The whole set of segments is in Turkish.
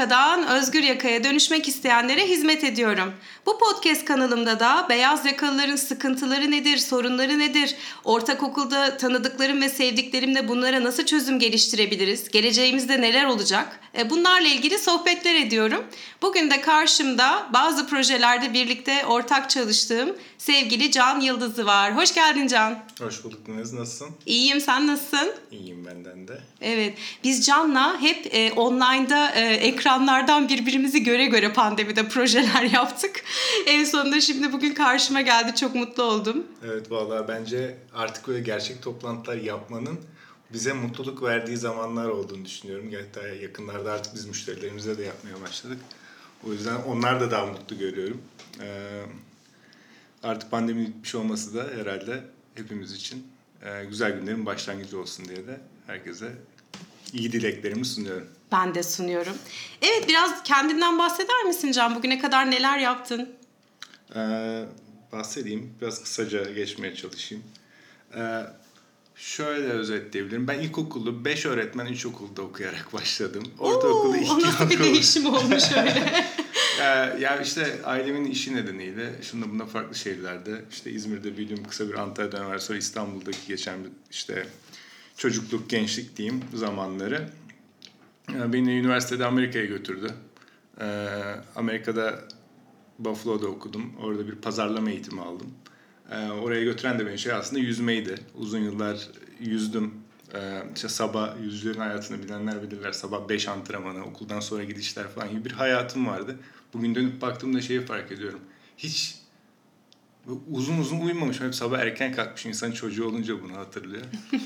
yakadan özgür yakaya dönüşmek isteyenlere hizmet ediyorum. Bu podcast kanalımda da beyaz yakalıların sıkıntıları nedir, sorunları nedir, ortaokulda tanıdıklarım ve sevdiklerimle bunlara nasıl çözüm geliştirebiliriz, geleceğimizde neler olacak, bunlarla ilgili sohbetler ediyorum. Bugün de karşımda bazı projelerde birlikte ortak çalıştığım sevgili Can Yıldızı var. Hoş geldin Can. Hoş bulduk Nez, nasılsın? İyiyim, sen nasılsın? İyiyim benden de. Evet, biz Can'la hep online'da ekranlardan birbirimizi göre pandemide projeler yaptık. En sonunda şimdi bugün karşıma geldi, çok mutlu oldum. Evet, vallahi bence artık böyle gerçek toplantılar yapmanın bize mutluluk verdiği zamanlar olduğunu düşünüyorum. Hatta yakınlarda artık biz müşterilerimizle de yapmaya başladık. O yüzden onlar da daha mutlu görüyorum. Artık pandemi bitmiş olması da herhalde hepimiz için güzel günlerin başlangıcı olsun diye de herkese iyi dileklerimi sunuyorum. Ben de sunuyorum. Evet, biraz kendinden bahseder misin Can? Bugüne kadar neler yaptın? Bahsedeyim. Biraz kısaca geçmeye çalışayım. Şöyle özetleyebilirim. Ben ilkokulda 5 öğretmen 3 okulda okuyarak başladım. Ortaokulda 2 okul. Nasıl bir değişim olmuş öyle? Ya işte ailemin işi nedeniyle şunda bunda farklı şehirlerde, işte İzmir'de büyüdüm, kısa bir Antalya'da dönem var, sonra İstanbul'daki geçen işte çocukluk, gençlik diyeyim zamanları. Beni üniversitede Amerika'ya götürdü. Amerika'da Buffalo'da okudum. Orada bir pazarlama eğitimi aldım. Oraya götüren de beni aslında yüzmeydi. Uzun yıllar yüzdüm. İşte sabah, yüzücülerin hayatını bilenler bilirler. Sabah 5 antrenmanı, okuldan sonra gidişler falan gibi bir hayatım vardı. Bugün dönüp baktığımda şeyi fark ediyorum. Hiç uzun uyumamışım. Hep sabah erken kalkmışım. İnsan çocuğu olunca bunu hatırlıyor.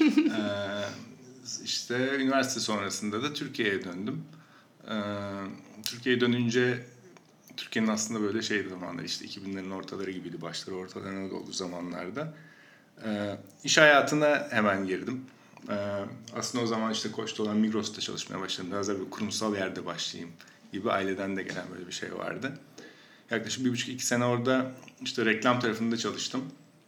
İşte üniversite sonrasında da Türkiye'ye döndüm. Türkiye'ye dönünce Türkiye'nin aslında böyle zamanları, işte 2000'lerin ortaları gibiydi, başları ortalarına dolu zamanlarda. İş hayatına hemen girdim. Aslında o zaman işte Koç'ta olan Migros'ta çalışmaya başladım. Biraz da bir kurumsal yerde başlayayım gibi, aileden de gelen böyle bir şey vardı. Yaklaşık 1,5-2 sene orada işte reklam tarafında çalıştım.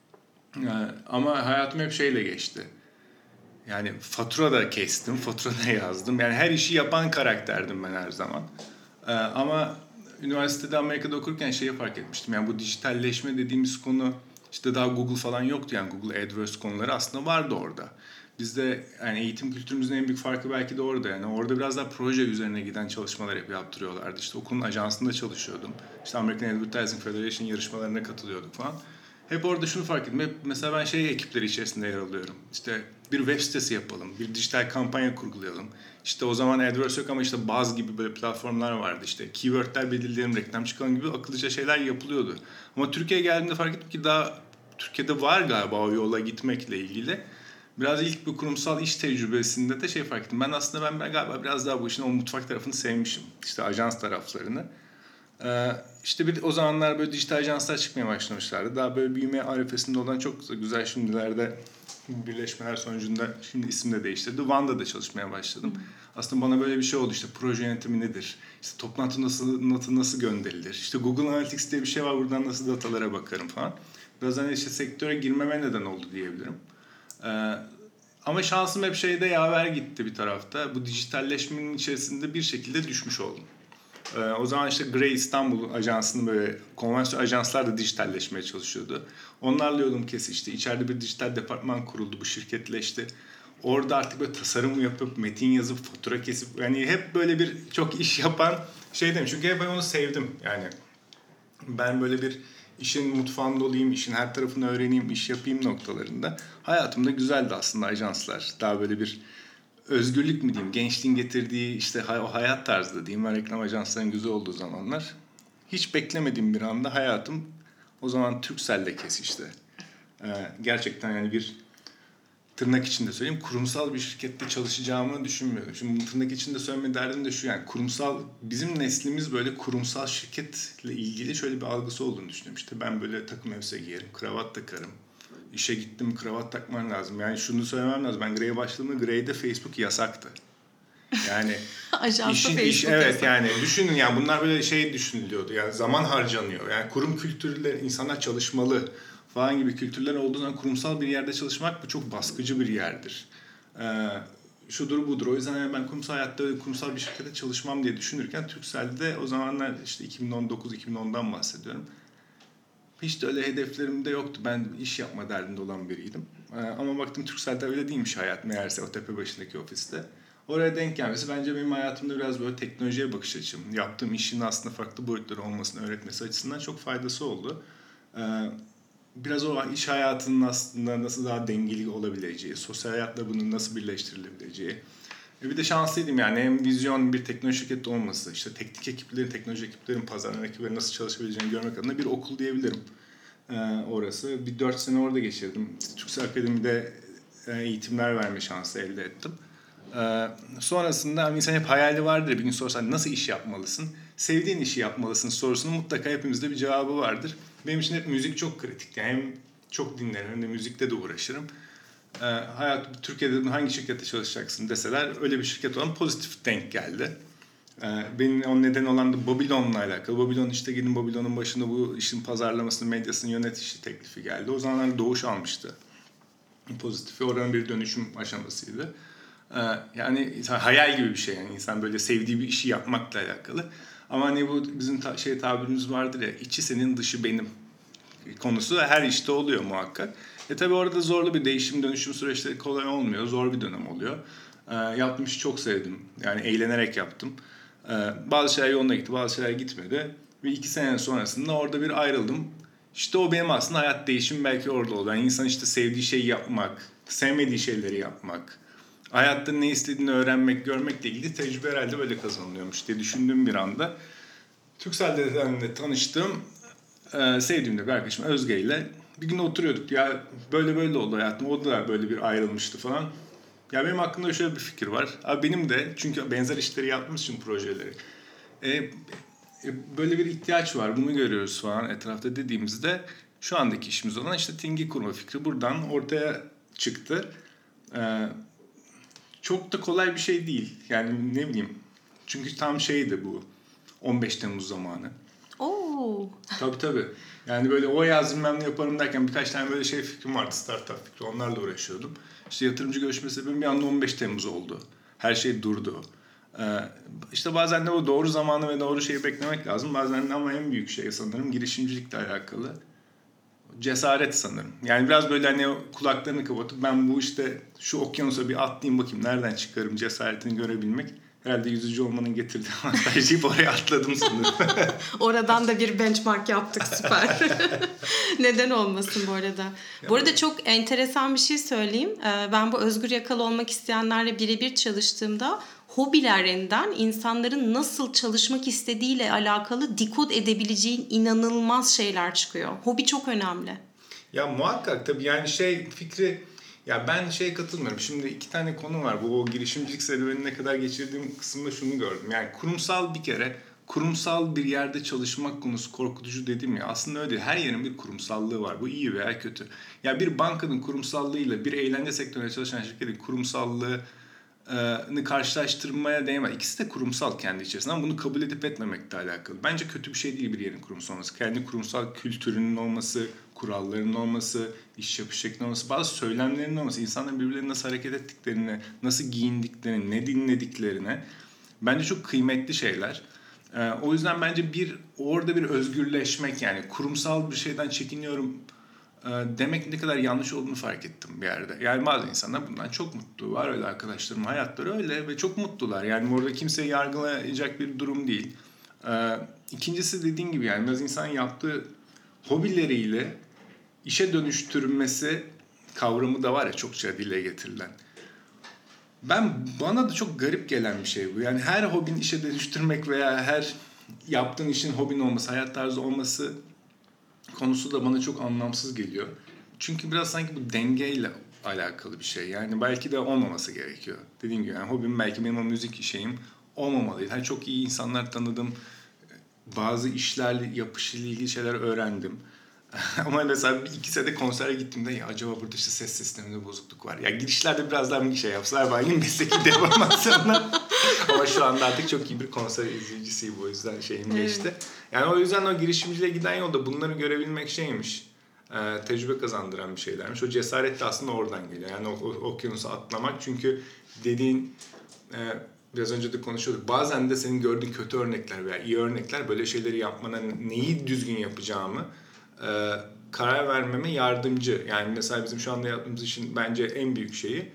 Ama hayatım hep şeyle geçti. Yani fatura da kestim, fatura da yazdım. Yani her işi yapan karakterdim ben her zaman. Ama üniversitede Amerika'da okurken şeyi fark etmiştim. Yani bu dijitalleşme dediğimiz konu, işte daha Google falan yoktu, yani Google AdWords konuları aslında vardı orada. Bizde yani eğitim kültürümüzün en büyük farkı belki de orada. Yani orada biraz daha proje üzerine giden çalışmalar hep yaptırıyorlardı. İşte okulun ajansında çalışıyordum. İşte American Advertising Federation yarışmalarına katılıyorduk falan. Hep orada şunu fark ettim. Hep mesela ben ekipleri içerisinde yer alıyorum. İşte bir web sitesi yapalım, bir dijital kampanya kurgulayalım. İşte o zaman AdWords yok ama işte Buzz gibi böyle platformlar vardı. İşte keywordler belirleyelim, reklam çıkalım gibi akıllıca şeyler yapılıyordu. Ama Türkiye'ye geldiğimde fark ettim ki daha Türkiye'de var galiba o yola gitmekle ilgili. Biraz ilk bir kurumsal iş tecrübesinde de fark ettim. Ben galiba biraz daha bu işin o mutfak tarafını sevmişim. İşte ajans taraflarını. İşte bir o zamanlar böyle dijital ajanslar çıkmaya başlamışlardı. Daha böyle büyüme arifesinde olan çok güzel, şimdilerde birleşmeler sonucunda şimdi isim de değiştirdi. Van'da da çalışmaya başladım. Aslında bana böyle bir şey oldu, işte proje yönetimi nedir? İşte toplantı nasıl gönderilir? İşte Google Analytics diye bir şey var, buradan nasıl datalara bakarım falan. Biraz işte sektöre girmeme neden oldu diyebilirim. Ama şansım hep yaver gitti bir tarafta. Bu dijitalleşmenin içerisinde bir şekilde düşmüş oldum. O zaman işte Grey İstanbul ajansını, böyle konvansiyonel ajanslar da dijitalleşmeye çalışıyordu. Onlarla yolum kesişti. İçeride bir dijital departman kuruldu, bu şirketleşti. Orada artık böyle tasarım yapıp, metin yazıp, fatura kesip, yani hep böyle bir çok iş yapan demiş. Çünkü hep ben onu sevdim. Yani ben böyle bir işin mutfağında olayım, işin her tarafını öğreneyim, iş yapayım noktalarında. Hayatımda güzeldi aslında ajanslar. Daha böyle bir özgürlük mü diyeyim, gençliğin getirdiği işte o hayat tarzı diyeyim, ve reklam ajanslarının güzel olduğu zamanlar. Hiç beklemediğim bir anda hayatım o zaman Turkcell'le kesişti. Gerçekten yani bir tırnak içinde söyleyeyim, kurumsal bir şirkette çalışacağımı düşünmüyordum. Şimdi tırnak içinde söyleme derdim de şu, yani kurumsal, bizim neslimiz böyle kurumsal şirketle ilgili şöyle bir algısı olduğunu düşünüyorum. İşte ben böyle takım elbise giyerim, kravat takarım. İşe gittim, kravat takman lazım. Yani şunu söylemem lazım. Ben Grey'e başladığımda Grey'de Facebook yasaktı. Yani iş evet yasak. Yani düşünün, yani bunlar böyle düşünülüyordu. Yani zaman harcanıyor. Yani kurum kültürüyle insanlar çalışmalı falan gibi kültürler olduğu zaman kurumsal bir yerde çalışmak bu çok baskıcı bir yerdir. şudur budur. O yüzden yani ben kurumsal hayatta öyle kurumsal bir şirkette çalışmam diye düşünürken Turkcell'de o zamanlar işte 2019-2010'dan bahsediyorum. Hiç de öyle hedeflerim de yoktu. Ben iş yapma derdinde olan biriydim. Ama baktım Turkcell'de öyle değilmiş hayat meğerse o tepe başındaki ofiste. Oraya denk gelmesi bence benim hayatımda biraz böyle teknolojiye bakış açım, yaptığım işin aslında farklı boyutları olmasını öğretmesi açısından çok faydası oldu. Biraz o iş hayatının aslında nasıl daha dengeli olabileceği, sosyal hayatla bunun nasıl birleştirilebileceği. Bir de şanslıydım yani hem vizyon bir teknoloji şirketi olması, işte teknik ekiplerin, teknoloji ekiplerin, pazarlama ekiplerin nasıl çalışabileceğini görmek adına bir okul diyebilirim. Orası. Bir 4 sene orada geçirdim. Turkcell Akademi'de eğitimler verme şansı elde ettim. Sonrasında insan hep hayali vardır. Bir gün sorsan nasıl iş yapmalısın? Sevdiğin işi yapmalısın sorusunun mutlaka hepimizde bir cevabı vardır. Benim için hep müzik çok kritik. Yani hem çok dinlerim hem de müzikte de uğraşırım. Türkiye'de hangi şirkette çalışacaksın deseler öyle bir şirket olan Pozitif denk geldi. Benim o neden olan da Babylon'la alakalı. Babylon işte gidin Babylon'un başında bu işin pazarlamasını, medyasını yönetişi teklifi geldi. O zamanlar Doğuş almıştı. Pozitif ve oranın bir dönüşüm aşamasıydı. Yani hayal gibi bir şey yani insan böyle sevdiği bir işi yapmakla alakalı. Ama hani bu bizim tabirimiz vardır ya içi senin dışı benim konusu her işte oluyor muhakkak. Tabii orada zorlu bir değişim dönüşüm süreçleri kolay olmuyor. Zor bir dönem oluyor. Yaptığım işi çok sevdim. Yani eğlenerek yaptım. Bazı şeyler yoluna gitti, bazı şeyler gitmedi. Ve 2 sene sonrasında orada bir ayrıldım. İşte o benim aslında hayat değişim belki orada oldu. Yani insan işte sevdiği şeyi yapmak, sevmediği şeyleri yapmak, hayatta ne istediğini öğrenmek, görmekle ilgili tecrübe herhalde böyle kazanılıyormuş diye düşündüğüm bir anda. Turkcell'de tanıştığım, sevdiğim de bir arkadaşım Özge ile bir gün oturuyorduk. Ya böyle oldu hayatım. O da böyle bir ayrılmıştı falan. Ya benim aklımda şöyle bir fikir var. Abi benim de çünkü benzer işleri yaptığımız için projeleri. Böyle bir ihtiyaç var. Bunu görüyoruz falan etrafta dediğimizde şu andaki işimiz olan işte Ting'i kurma fikri buradan ortaya çıktı. Çok da kolay bir şey değil. Yani ne bileyim. Çünkü tam şeydi bu. 15 Temmuz zamanı. Oo. Tabii. Yani böyle o yaz bilmem ne yaparım derken birkaç tane böyle fikrim vardı. Startup fikri. Onlarla uğraşıyordum. İşte yatırımcı görüşme sebebim bir anda 15 Temmuz oldu. Her şey durdu. İşte bazen de o doğru zamanı ve doğru şeyi beklemek lazım. Bazen de ama en büyük şey sanırım girişimcilikle alakalı. Cesaret sanırım. Yani biraz böyle hani kulaklarını kapatıp ben bu işte şu okyanusa bir atlayayım bakayım nereden çıkarım cesaretini görebilmek. Herhalde yüzücü olmanın getirdiği avantaj deyip oraya atladım sanırım. Oradan da bir benchmark yaptık süper. Neden olmasın bu arada. Bu arada çok enteresan bir şey söyleyeyim. Ben bu özgür yakalı olmak isteyenlerle birebir çalıştığımda hobilerinden insanların nasıl çalışmak istediğiyle alakalı dekod edebileceğin inanılmaz şeyler çıkıyor. Hobi çok önemli. Ya muhakkak tabii yani fikri ya ben katılmıyorum. Şimdi 2 tane konu var. Bu o girişimcilik serüvenine kadar geçirdiğim kısımda şunu gördüm. Yani kurumsal bir yerde çalışmak konusu korkutucu dedim ya. Aslında öyle değil. Her yerin bir kurumsallığı var. Bu iyi veya kötü. Ya bir bankanın kurumsallığıyla bir eğlence sektöründe çalışan şirketin kurumsallığını karşılaştırmaya değmez. İkisi de kurumsal kendi içerisinde ama bunu kabul edip etmemekle alakalı. Bence kötü bir şey değil bir yerin kurumsal olması. Kendi kurumsal kültürünün olması, kurallarının olması, iş yapış şeklinin olması, bazı söylemlerinin olması, insanların birbirlerine nasıl hareket ettiklerini, nasıl giyindiklerini, ne dinlediklerini bence çok kıymetli şeyler. O yüzden bence orada bir özgürleşmek yani kurumsal bir şeyden çekiniyorum demek ne kadar yanlış olduğunu fark ettim bir yerde. Yani bazı insanlar bundan çok mutlu. Var öyle arkadaşlarım hayatları öyle ve çok mutlular. Yani orada kimseyi yargılayacak bir durum değil. İkincisi dediğin gibi yani biraz insan yaptığı hobileriyle işe dönüştürmesi kavramı da var ya çokça dile getirilen. Bana da çok garip gelen bir şey bu. Yani her hobini işe dönüştürmek veya her yaptığın işin hobin olması, hayat tarzı olması konusu da bana çok anlamsız geliyor. Çünkü biraz sanki bu dengeyle alakalı bir şey. Yani belki de olmaması gerekiyor. Dediğim gibi yani hobim belki benim o müzik şeyim olmamalıydı. Hani çok iyi insanlar tanıdım. Bazı işlerle yapışıyla ilgili şeyler öğrendim. Ama mesela 2 sene konsere gittiğimde ya acaba burada işte ses sisteminde bozukluk var. Ya girişlerde biraz daha bir şey yapsalar ben yine mesleki deformasyonla. Ama şu anda artık çok iyi bir konser izleyicisiyim o yüzden geçti. Yani o yüzden o girişimciliğe giden yolda bunları görebilmek şeymiş. tecrübe kazandıran bir şeylermiş. O cesaret de aslında oradan geliyor. Yani o okyanusu atlamak, çünkü dediğin biraz önce de konuşuyorduk. Bazen de senin gördüğün kötü örnekler veya iyi örnekler böyle şeyleri yapmana, neyi düzgün yapacağımı karar vermeme yardımcı. Yani mesela bizim şu anda yaptığımız işin bence en büyük şeyi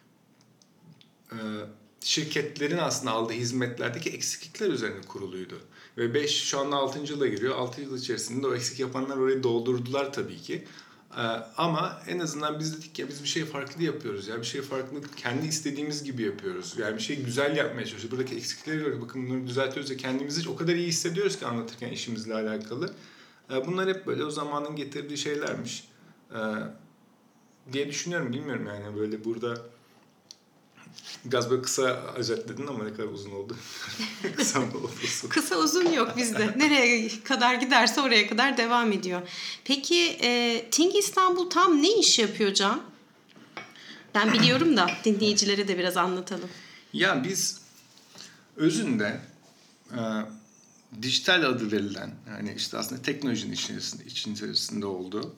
şirketlerin aslında aldığı hizmetlerdeki eksiklikler üzerine kuruluydu. Ve şu anda 6. yıla giriyor. 6 yıl içerisinde o eksik yapanlar orayı doldurdular tabii ki. Ama en azından biz dedik ya, biz bir şey farklı yapıyoruz. Ya bir şey farklı, kendi istediğimiz gibi yapıyoruz. Yani bir şey güzel yapmaya çalışıyoruz. Buradaki eksiklikleri gördük. Bakın bunları düzeltiyoruz ve kendimizi o kadar iyi hissediyoruz ki anlatırken işimizle alakalı. Bunlar hep böyle o zamanın getirdiği şeylermiş diye düşünüyorum. Bilmiyorum yani, böyle burada biraz böyle kısa özetledin ama ne kadar uzun oldu. Kısa mı oldu? Kısa uzun yok bizde. Nereye kadar giderse oraya kadar devam ediyor. Peki Think İstanbul tam ne iş yapıyor Can? Ben biliyorum da dinleyicilere de biraz anlatalım. Ya biz özünde dijital adı verilen, yani işte aslında teknolojinin içerisinde olduğu,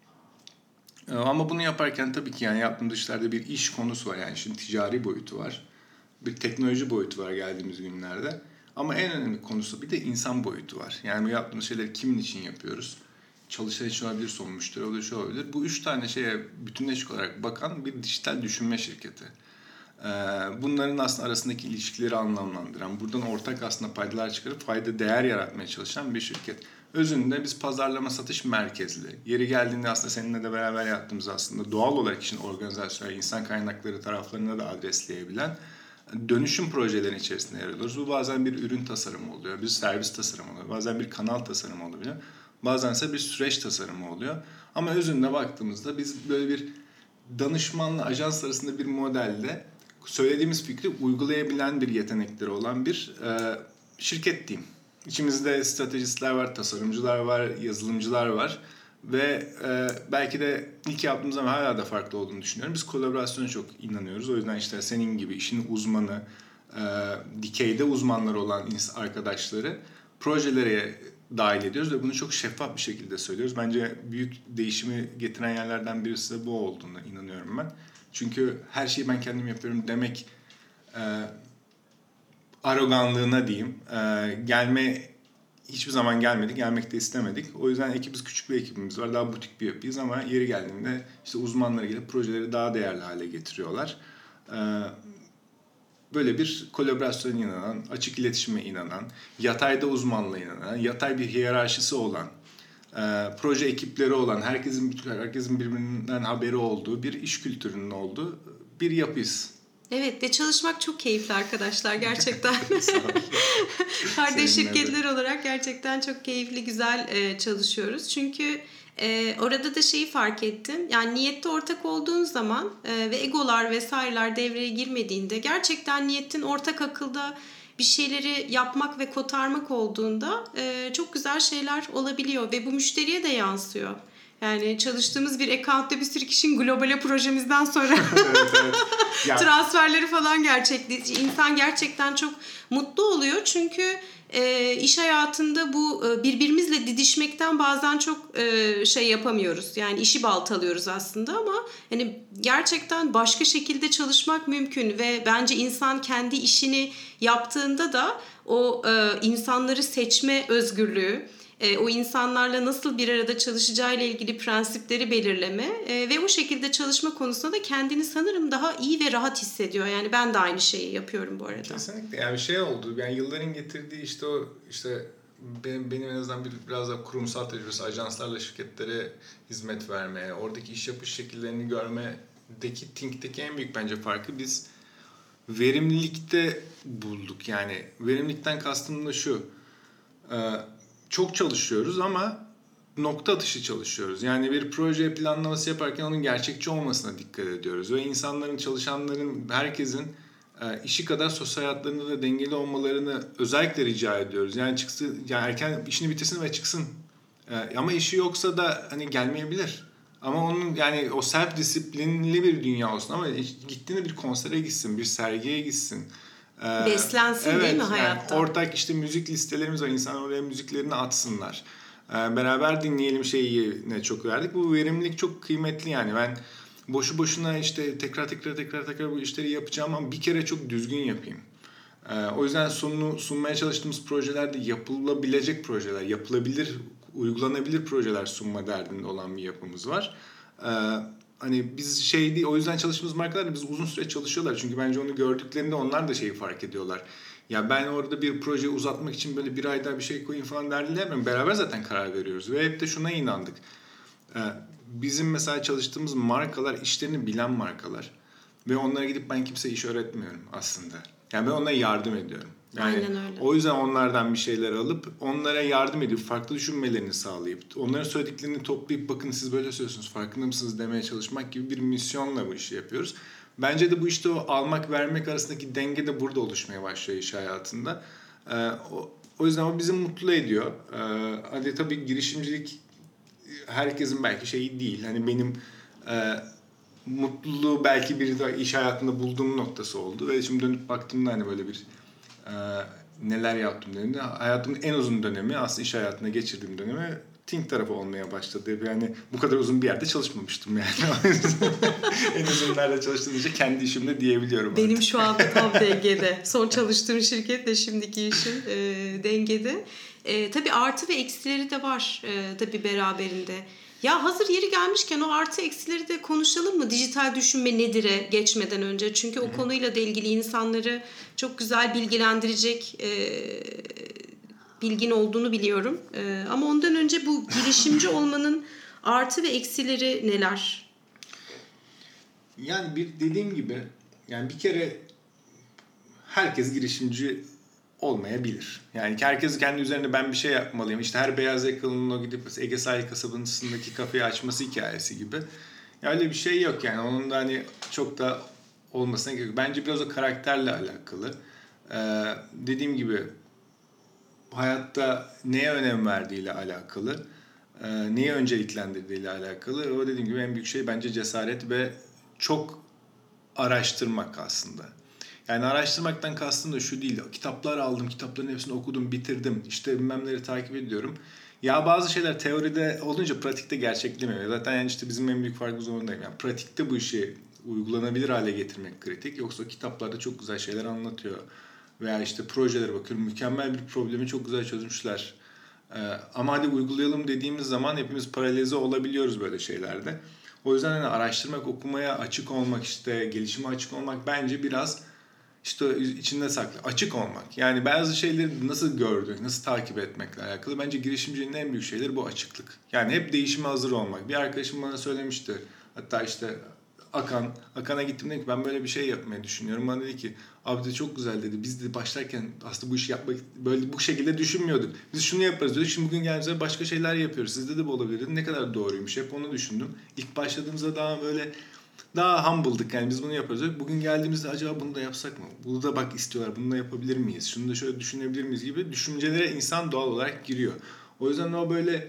ama bunu yaparken tabii ki yani yaptığımız işlerde bir iş konusu var. Yani şimdi ticari boyutu var. Bir teknoloji boyutu var geldiğimiz günlerde. Ama en önemli konusu bir de insan boyutu var. Yani bu yaptığımız şeyleri kimin için yapıyoruz? Çalışan için olabilir, son müşteri olabilir, şu olabilir. Bu 3 tane şeye bütünleşik olarak bakan bir dijital düşünme şirketi. Bunların aslında arasındaki ilişkileri anlamlandıran, buradan ortak aslında paydalar çıkarıp fayda, değer yaratmaya çalışan bir şirket. Özünde biz pazarlama satış merkezli. Yeri geldiğinde aslında seninle de beraber yaptığımız aslında doğal olarak işin organizasyonu, insan kaynakları taraflarına da adresleyebilen dönüşüm projelerinin içerisinde yer alıyoruz. Bu bazen bir ürün tasarımı oluyor, bir servis tasarımı oluyor, bazen bir kanal tasarımı oluyor, bazense bir süreç tasarımı oluyor. Ama özünde baktığımızda biz böyle bir danışmanla ajans arasında bir modelde söylediğimiz fikri uygulayabilen bir yetenekleri olan bir şirket diyeyim. İçimizde stratejistler var, tasarımcılar var, yazılımcılar var ve belki de ilk yaptığımız zaman hala da farklı olduğunu düşünüyorum. Biz kolaborasyona çok inanıyoruz. O yüzden işte senin gibi işin uzmanı, dikeyde uzmanları olan arkadaşları projelere dahil ediyoruz ve bunu çok şeffaf bir şekilde söylüyoruz. Bence büyük değişimi getiren yerlerden birisi de bu olduğunu inanıyorum ben. Çünkü her şeyi ben kendim yapıyorum demek aroganlığına diyeyim. Hiçbir zaman gelmek de istemedik. O yüzden ekibimiz küçük bir ekibimiz var. Daha butik bir yapıyız ama yeri geldiğinde işte uzmanları gelip projeleri daha değerli hale getiriyorlar. Böyle bir kolaborasyona inanan, açık iletişime inanan, yatayda uzmanlığa inanan, yatay bir hiyerarşisi olan, proje ekipleri olan, herkesin birbirinden haberi olduğu bir iş kültürünün olduğu bir yapıyız. Evet ve çalışmak çok keyifli arkadaşlar gerçekten. Kardeş şirketler olarak gerçekten çok keyifli, güzel çalışıyoruz. Çünkü orada da şeyi fark ettim. Yani niyette ortak olduğun zaman ve egolar vesaireler devreye girmediğinde, gerçekten niyetin ortak akılda bir şeyleri yapmak ve kotarmak olduğunda çok güzel şeyler olabiliyor ve bu müşteriye de yansıyor. Yani çalıştığımız bir account'ta bir sürü kişinin globale projemizden sonra evet. transferleri falan gerçekleşiyor. İnsan gerçekten çok mutlu oluyor çünkü iş hayatında bu birbirimizle didişmekten bazen çok şey yapamıyoruz. Yani işi baltalıyoruz aslında ama hani gerçekten başka şekilde çalışmak mümkün ve bence insan kendi işini yaptığında da o insanları seçme özgürlüğü, o insanlarla nasıl bir arada çalışacağıyla ilgili prensipleri belirleme ve o şekilde çalışma konusunda da kendini sanırım daha iyi ve rahat hissediyor. Yani ben de aynı şeyi yapıyorum bu arada. Kesinlikle. Yani bir şey oldu. Yani yılların getirdiği işte benim en azından biraz da kurumsal tecrübesi, ajanslarla şirketlere hizmet vermeye, oradaki iş yapış şekillerini görmedeki Think'teki en büyük bence farkı biz verimlilikte bulduk. Yani verimlilikten kastım da şu. Çok çalışıyoruz ama nokta atışı çalışıyoruz. Yani bir proje planlaması yaparken onun gerçekçi olmasına dikkat ediyoruz. Ve insanların, çalışanların, herkesin işi kadar sosyal hayatlarında da dengeli olmalarını özellikle rica ediyoruz. Yani erken işini bitirsin ve çıksın. Ama işi yoksa da hani gelmeyebilir. Ama onun yani o self disiplinli bir dünya olsun ama gittiğinde bir konsere gitsin, bir sergiye gitsin. Beslensin evet, değil mi hayatta? Yani ortak işte müzik listelerimiz var. İnsanlar oraya müziklerini atsınlar. Beraber dinleyelim şeyine çok verdik. Bu verimlilik çok kıymetli yani. Ben boşu boşuna işte tekrar bu işleri yapacağım ama bir kere çok düzgün yapayım. O yüzden sunmaya çalıştığımız projelerde yapılabilecek projeler, yapılabilir, uygulanabilir projeler sunma derdinde olan bir yapımız var. Hani biz şey değil, o yüzden çalıştığımız markalar da biz uzun süre çalışıyorlar. Çünkü bence onu gördüklerinde onlar da şeyi fark ediyorlar. Ya ben orada bir projeyi uzatmak için böyle bir ay daha bir şey koyayım falan derdiler. Beraber zaten karar veriyoruz ve hep de şuna inandık. Bizim mesela çalıştığımız markalar işlerini bilen markalar. Ve onlara gidip ben kimseye iş öğretmiyorum aslında. Yani ben onlara yardım ediyorum. Yani Aynen öyle. o yüzden onlardan bir şeyler alıp onlara yardım edip farklı düşünmelerini sağlayıp onların söylediklerini toplayıp bakın siz böyle söylüyorsunuz farkında mısınız demeye çalışmak gibi bir misyonla bu işi yapıyoruz. Bence de bu işte o almak vermek arasındaki denge de burada oluşmaya başlıyor iş hayatında. O yüzden o bizi mutlu ediyor. Hadi tabii girişimcilik herkesin belki şeyi değil. Hani benim mutluluğu belki bir de iş hayatında bulduğum noktası oldu. Ve şimdi dönüp baktığımda hani böyle bir neler yaptım dediğimde hayatımın en uzun dönemi aslında iş hayatına geçirdiğim dönemi Think tarafı olmaya başladı. Yani bu kadar uzun bir yerde çalışmamıştım yani. En uzun nerede çalıştığım için kendi işimde diyebiliyorum. Benim şu anda tam dengede. Son çalıştığım şirketle şimdiki işim dengede. Tabii artı ve eksileri de var tabii beraberinde. Ya hazır yeri gelmişken o artı eksileri de konuşalım mı? Dijital düşünme nedir'e geçmeden önce. Çünkü o konuyla da ilgili insanları çok güzel bilgilendirecek bilgin olduğunu biliyorum. Ama ondan önce bu girişimci olmanın artı ve eksileri neler? Yani dediğim gibi yani bir kere herkes girişimci olmayabilir. Yani herkes kendi üzerine ben bir şey yapmalıyım. İşte her beyaz yakalının o gidip Ege Sahil Kasabası'ndaki kafeyi açması hikayesi gibi. Ya öyle bir şey yok yani. Onun da hani çok da olmasına gerek yok. Bence biraz o karakterle alakalı. Dediğim gibi hayatta neye önem verdiğiyle alakalı. Neye önceliklendirdiğiyle alakalı. O dediğim gibi en büyük şey bence cesaret ve çok araştırmak aslında. Yani araştırmaktan kastım da şu değil. Kitaplar aldım, kitapların hepsini okudum, bitirdim. İşte bilmemleri takip ediyorum. Ya bazı şeyler teoride olunca pratikte gerçeklemiyor. Zaten yani işte bizim en büyük farkımız ondayım. Yani pratikte bu işi uygulanabilir hale getirmek kritik. Yoksa kitaplarda çok güzel şeyler anlatıyor. Veya işte projelere bakıyorum. Mükemmel bir problemi çok güzel çözmüşler. Ama hadi uygulayalım dediğimiz zaman hepimiz paralize olabiliyoruz böyle şeylerde. O yüzden hani araştırmak, okumaya açık olmak, işte gelişime açık olmak bence biraz işte içinde saklı. Açık olmak. Yani bazı şeyleri nasıl gördük, nasıl takip etmekle alakalı. Bence girişimcinin en büyük şeyleri bu açıklık. Yani hep değişime hazır olmak. Bir arkadaşım bana söylemişti. Hatta işte Akan'a gittim dedim ki ben böyle bir şey yapmayı düşünüyorum. Bana dedi ki abi de çok güzel dedi. Biz de başlarken aslında bu işi yapmak böyle bu şekilde düşünmüyorduk. Biz şunu yaparız diyorduk. Şimdi bugün geldiğimizde başka şeyler yapıyoruz. Sizde de bu olabilir dedi. Ne kadar doğruymuş. Hep onu düşündüm. İlk başladığımızda daha humble'dık yani biz bunu yapıyoruz. Bugün geldiğimizde acaba bunu da yapsak mı? Bunu da bak istiyorlar. Bunu da yapabilir miyiz? Şunu da şöyle düşünebilir miyiz gibi düşüncelere insan doğal olarak giriyor. O yüzden o böyle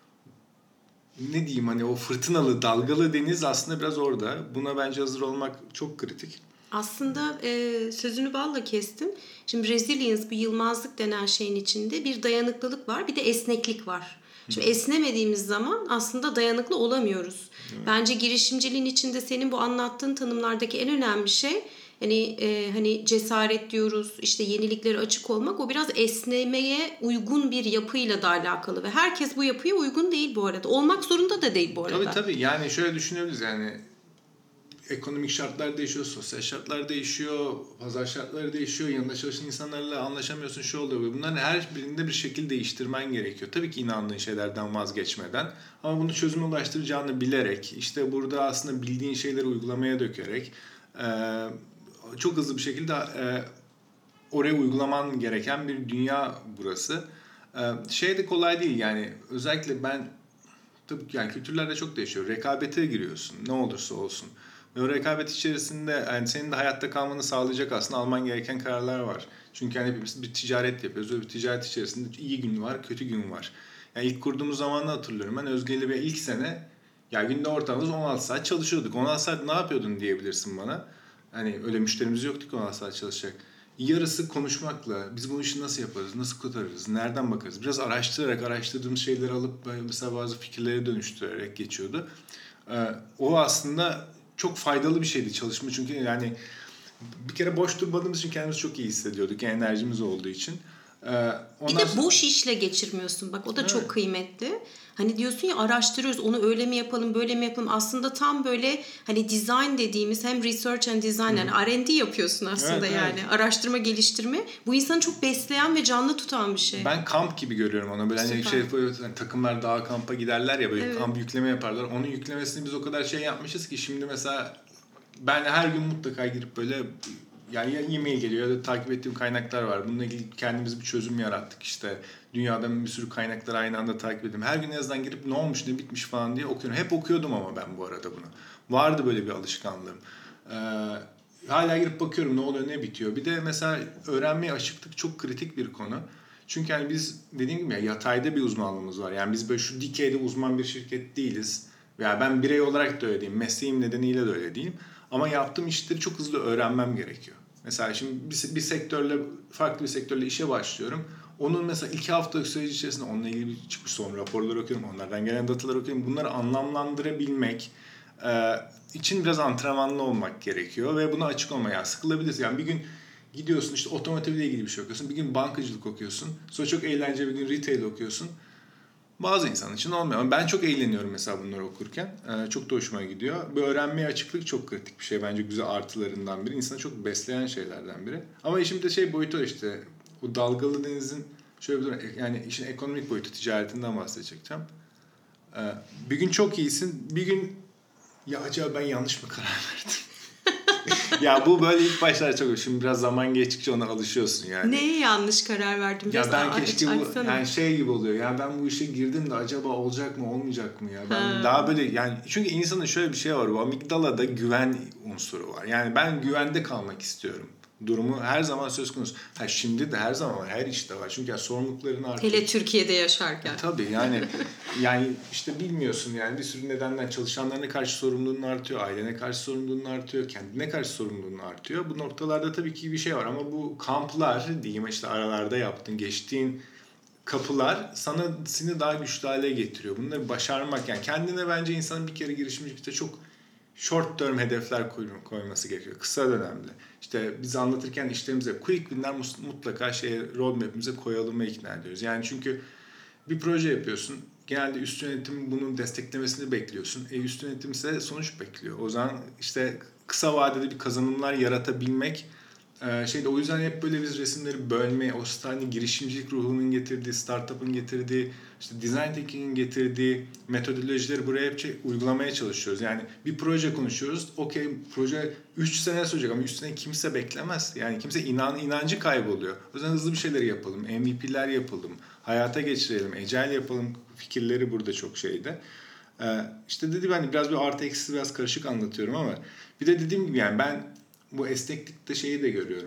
ne diyeyim hani o fırtınalı, dalgalı deniz aslında biraz orada. Buna bence hazır olmak çok kritik. Aslında sözünü balla kestim. Şimdi resilience, bu yılmazlık denen şeyin içinde bir dayanıklılık var, bir de esneklik var. Şimdi esnemediğimiz zaman aslında dayanıklı olamıyoruz. Evet. Bence girişimciliğin içinde senin bu anlattığın tanımlardaki en önemli şey hani cesaret diyoruz, işte yeniliklere açık olmak, o biraz esnemeye uygun bir yapıyla da alakalı ve herkes bu yapıya uygun değil bu arada. Olmak zorunda da değil bu arada. Tabii yani şöyle düşünebiliriz yani ekonomik şartlar değişiyor, sosyal şartlar değişiyor, pazar şartları değişiyor, yanında çalışan insanlarla anlaşamıyorsun, şu oluyor. Bunların her birinde bir şekilde değiştirmen gerekiyor. Tabii ki inandığın şeylerden vazgeçmeden ama bunu çözüme ulaştıracağını bilerek, işte burada aslında bildiğin şeyleri uygulamaya dökerek çok hızlı bir şekilde oraya uygulaman gereken bir dünya burası. Şey de kolay değil yani özellikle tabii ki yani kültürlerde çok değişiyor. Rekabete giriyorsun ne olursa olsun. Ve o rekabet içerisinde yani senin de hayatta kalmanı sağlayacak aslında alman gereken kararlar var. Çünkü yani hepimiz bir ticaret yapıyoruz. Ve bir ticaret içerisinde iyi gün var, kötü gün var. Yani ilk kurduğumuz zamanı hatırlıyorum. Ben Özge ile ilk sene ya günde ortalama 16 saat çalışıyorduk. 16 saat ne yapıyordun diyebilirsin bana. Hani öyle müşterimiz yoktu ki 16 saat çalışacak. yarısı konuşmakla, biz bu işi nasıl yaparız, nasıl kotarırız, nereden bakarız, biraz araştırarak, araştırdığımız şeyleri alıp mesela bazı fikirlere dönüştürerek geçiyordu. O aslında çok faydalı bir şeydi çalışma, çünkü yani bir kere boş durmadığımız için kendimizi çok iyi hissediyorduk, yani enerjimiz olduğu için. Bir de boş işle geçirmiyorsun. Bak o da çok kıymetli. Hani diyorsun ya, araştırıyoruz, onu öyle mi yapalım, böyle mi yapalım. Aslında tam böyle hani design dediğimiz, hem research and design, yani R&D yapıyorsun aslında, Evet, yani. evet. Araştırma, geliştirme. Bu insanı çok besleyen ve canlı tutan bir şey. Ben kamp gibi görüyorum onu. Böyle hani Süper. hani takımlar dağa kampa giderler ya, böyle Evet. kamp yükleme yaparlar. Onun yüklemesini biz o kadar şey yapmışız ki şimdi mesela ben her gün mutlaka girip böyle, yani ya e-mail geliyor ya da takip ettiğim kaynaklar var. Bununla ilgili kendimiz bir çözüm yarattık işte. Dünyadan bir sürü kaynakları aynı anda takip ediyorum. Her gün en azından girip ne olmuş, ne bitmiş falan diye okuyorum. Hep okuyordum ama ben bu arada bunu. Vardı böyle bir alışkanlığım. Hala girip bakıyorum ne oluyor, ne bitiyor. Bir de mesela öğrenmeye açıklık çok kritik bir konu. Çünkü yani biz dediğim gibi ya, yatayda bir uzmanlığımız var. Yani biz böyle şu dikeyde uzman bir şirket değiliz. Veya ben birey olarak da öyle değilim. Mesleğim nedeniyle de öyle değilim. Ama yaptığım işleri çok hızlı öğrenmem gerekiyor. Mesela şimdi bir sektörle, farklı bir sektörle işe başlıyorum. Onun mesela 2 haftalık süreç içerisinde onunla ilgili çıkmış son raporları okuyorum. Onlardan gelen dataları okuyorum. Bunları anlamlandırabilmek için biraz antrenmanlı olmak gerekiyor. Ve buna açık olmak. Yani sıkılabilirsin. Yani bir gün gidiyorsun işte otomotivle ilgili bir şey okuyorsun. Bir gün bankacılık okuyorsun. Sonra çok eğlenceli bir gün retail okuyorsun. Bazı insan için olmuyor ama ben çok eğleniyorum mesela bunları okurken. Çok da hoşuma gidiyor. Bu öğrenmeye açıklık çok kritik bir şey. Bence güzel artılarından biri. İnsanı çok besleyen şeylerden biri. Ama işin de şey boyutu işte. Bu dalgalı denizin şöyle bir durum. Yani işin ekonomik boyutu, ticaretinden bahsedeceğim. Bir gün çok iyisin. Bir gün ya acaba ben yanlış mı karar verdim? Ya bu böyle ilk başlar çok. Şimdi biraz zaman geçtikçe ona alışıyorsun yani. Neye yanlış karar verdim? Ya ben keşke bu açsana. yani şey gibi oluyor. Ya ben bu işe girdim de acaba olacak mı olmayacak mı ya? Ben daha böyle yani, çünkü insanın şöyle bir şey var. Bu amigdalada güven unsuru var. Yani ben güvende kalmak istiyorum. Durumu her zaman söz konusu. Şimdi de her zaman var. Her işte var. Çünkü yani sorumlulukların artıyor. Hele Türkiye'de yaşarken. Tabii yani işte bilmiyorsun yani bir sürü nedenden çalışanlarına karşı sorumluluğun artıyor, ailene karşı sorumluluğun artıyor, kendine karşı sorumluluğun artıyor. Bu noktalarda tabii ki bir şey var ama bu kamplar diyeyim işte aralarda yaptığın, geçtiğin kapılar seni daha güçlü hale getiriyor. Bunları başarmak yani kendine bence insanın bir kere girişimcilikte çok short term hedefler koyması gerekiyor. Kısa dönemli. İşte biz anlatırken işlerimize quick win'ler mutlaka roadmap'imize koyalım ve ikna ediyoruz. Yani çünkü bir proje yapıyorsun. Genelde üst yönetim bunun desteklemesini bekliyorsun. Üst yönetim ise sonuç bekliyor. O zaman işte kısa vadede bir kazanımlar yaratabilmek o yüzden hep böyle biz resimleri bölme, o hani girişimcilik ruhunun getirdiği, startup'ın getirdiği, işte design thinking'in getirdiği metodolojileri buraya hep uygulamaya çalışıyoruz. Yani bir proje konuşuyoruz. Okey, proje 3 sene sürecek ama 3 sene kimse beklemez. Yani kimse inancı kayboluyor. O yüzden hızlı bir şeyleri yapalım, MVP'ler yapalım, hayata geçirelim, agile yapalım fikirleri burada çok şeyde. İşte dediğim hani biraz bir artı eksisi biraz karışık anlatıyorum ama bir de dediğim gibi yani ben bu esneklikte şeyi de görüyorum.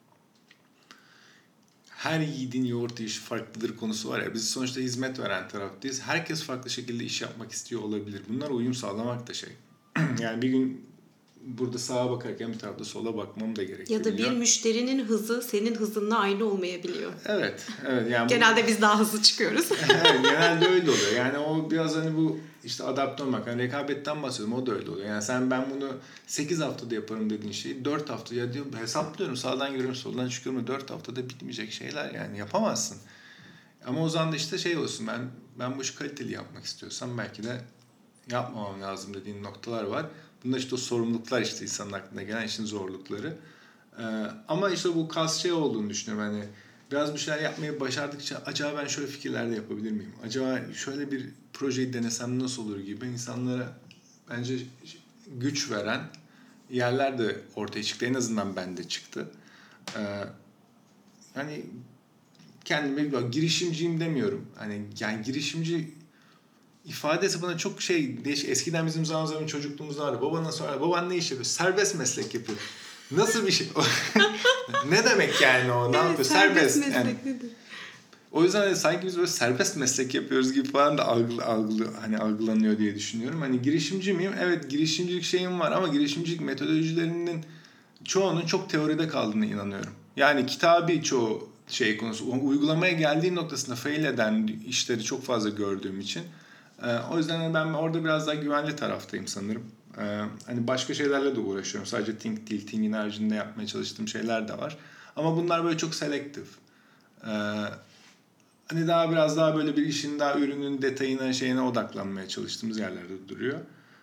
Her yiğidin yoğurt yiyişi farklıdır konusu var ya. Biz sonuçta hizmet veren taraftayız. Herkes farklı şekilde iş yapmak istiyor olabilir. Bunlara uyum sağlamak da şey. Yani bir gün burada sağa bakarken bir tarafta sola bakmam da gerekiyor. Ya da bir müşterinin hızı senin hızınla aynı olmayabiliyor. Evet. Yani genelde biz daha hızlı çıkıyoruz. Evet, genelde öyle oluyor. Yani o biraz hani bu işte adapte olmak. Yani rekabetten bahsediyorum. O da öyle oluyor. Yani ben bunu 8 haftada yaparım dediğin şeyi 4 hafta ya diyorum, hesaplıyorum. Sağdan giriyorum, soldan çıkıyorum. 4 haftada bitmeyecek şeyler yani yapamazsın. Ama o zaman da işte olsun. Ben bu işi kaliteli yapmak istiyorsam belki de yapmamam lazım dediğin noktalar var. Bunlar işte o sorumluluklar, işte insanın aklına gelen işin zorlukları. Ama işte bu kas olduğunu düşünüyorum. Hani biraz bir şeyler yapmayı başardıkça acaba ben şöyle fikirler de yapabilir miyim? Acaba şöyle bir projeyi denesem nasıl olur gibi insanlara bence güç veren yerler de ortaya çıktı. En azından bende çıktı. Yani kendime girişimciyim demiyorum. Hani yani girişimci ifadesi bana çok değişik. Eskiden bizim zaman çocukluğumuzda vardı. Baban ne iş yapıyor? Serbest meslek yapıyor. Nasıl bir şey? Ne demek yani o? Ne yapıyor? Serbest meslek yani. nedir? O yüzden sanki biz böyle serbest meslek yapıyoruz gibi falan da algılanıyor diye düşünüyorum. Hani girişimci miyim? Evet, girişimcilik şeyim var ama girişimcilik metodolojilerinin çoğunun çok teoride kaldığına inanıyorum. Yani kitabi çoğu şey konusu. Uygulamaya geldiği noktasında fail eden işleri çok fazla gördüğüm için. O yüzden ben orada biraz daha güvenli taraftayım sanırım. Hani başka şeylerle de uğraşıyorum. Sadece think değil, think'in haricinde yapmaya çalıştığım şeyler de var. Ama bunlar böyle çok selektif. Hani biraz daha böyle bir işin daha ürünün detayına, şeyine odaklanmaya çalıştığımız yerlerde duruyor.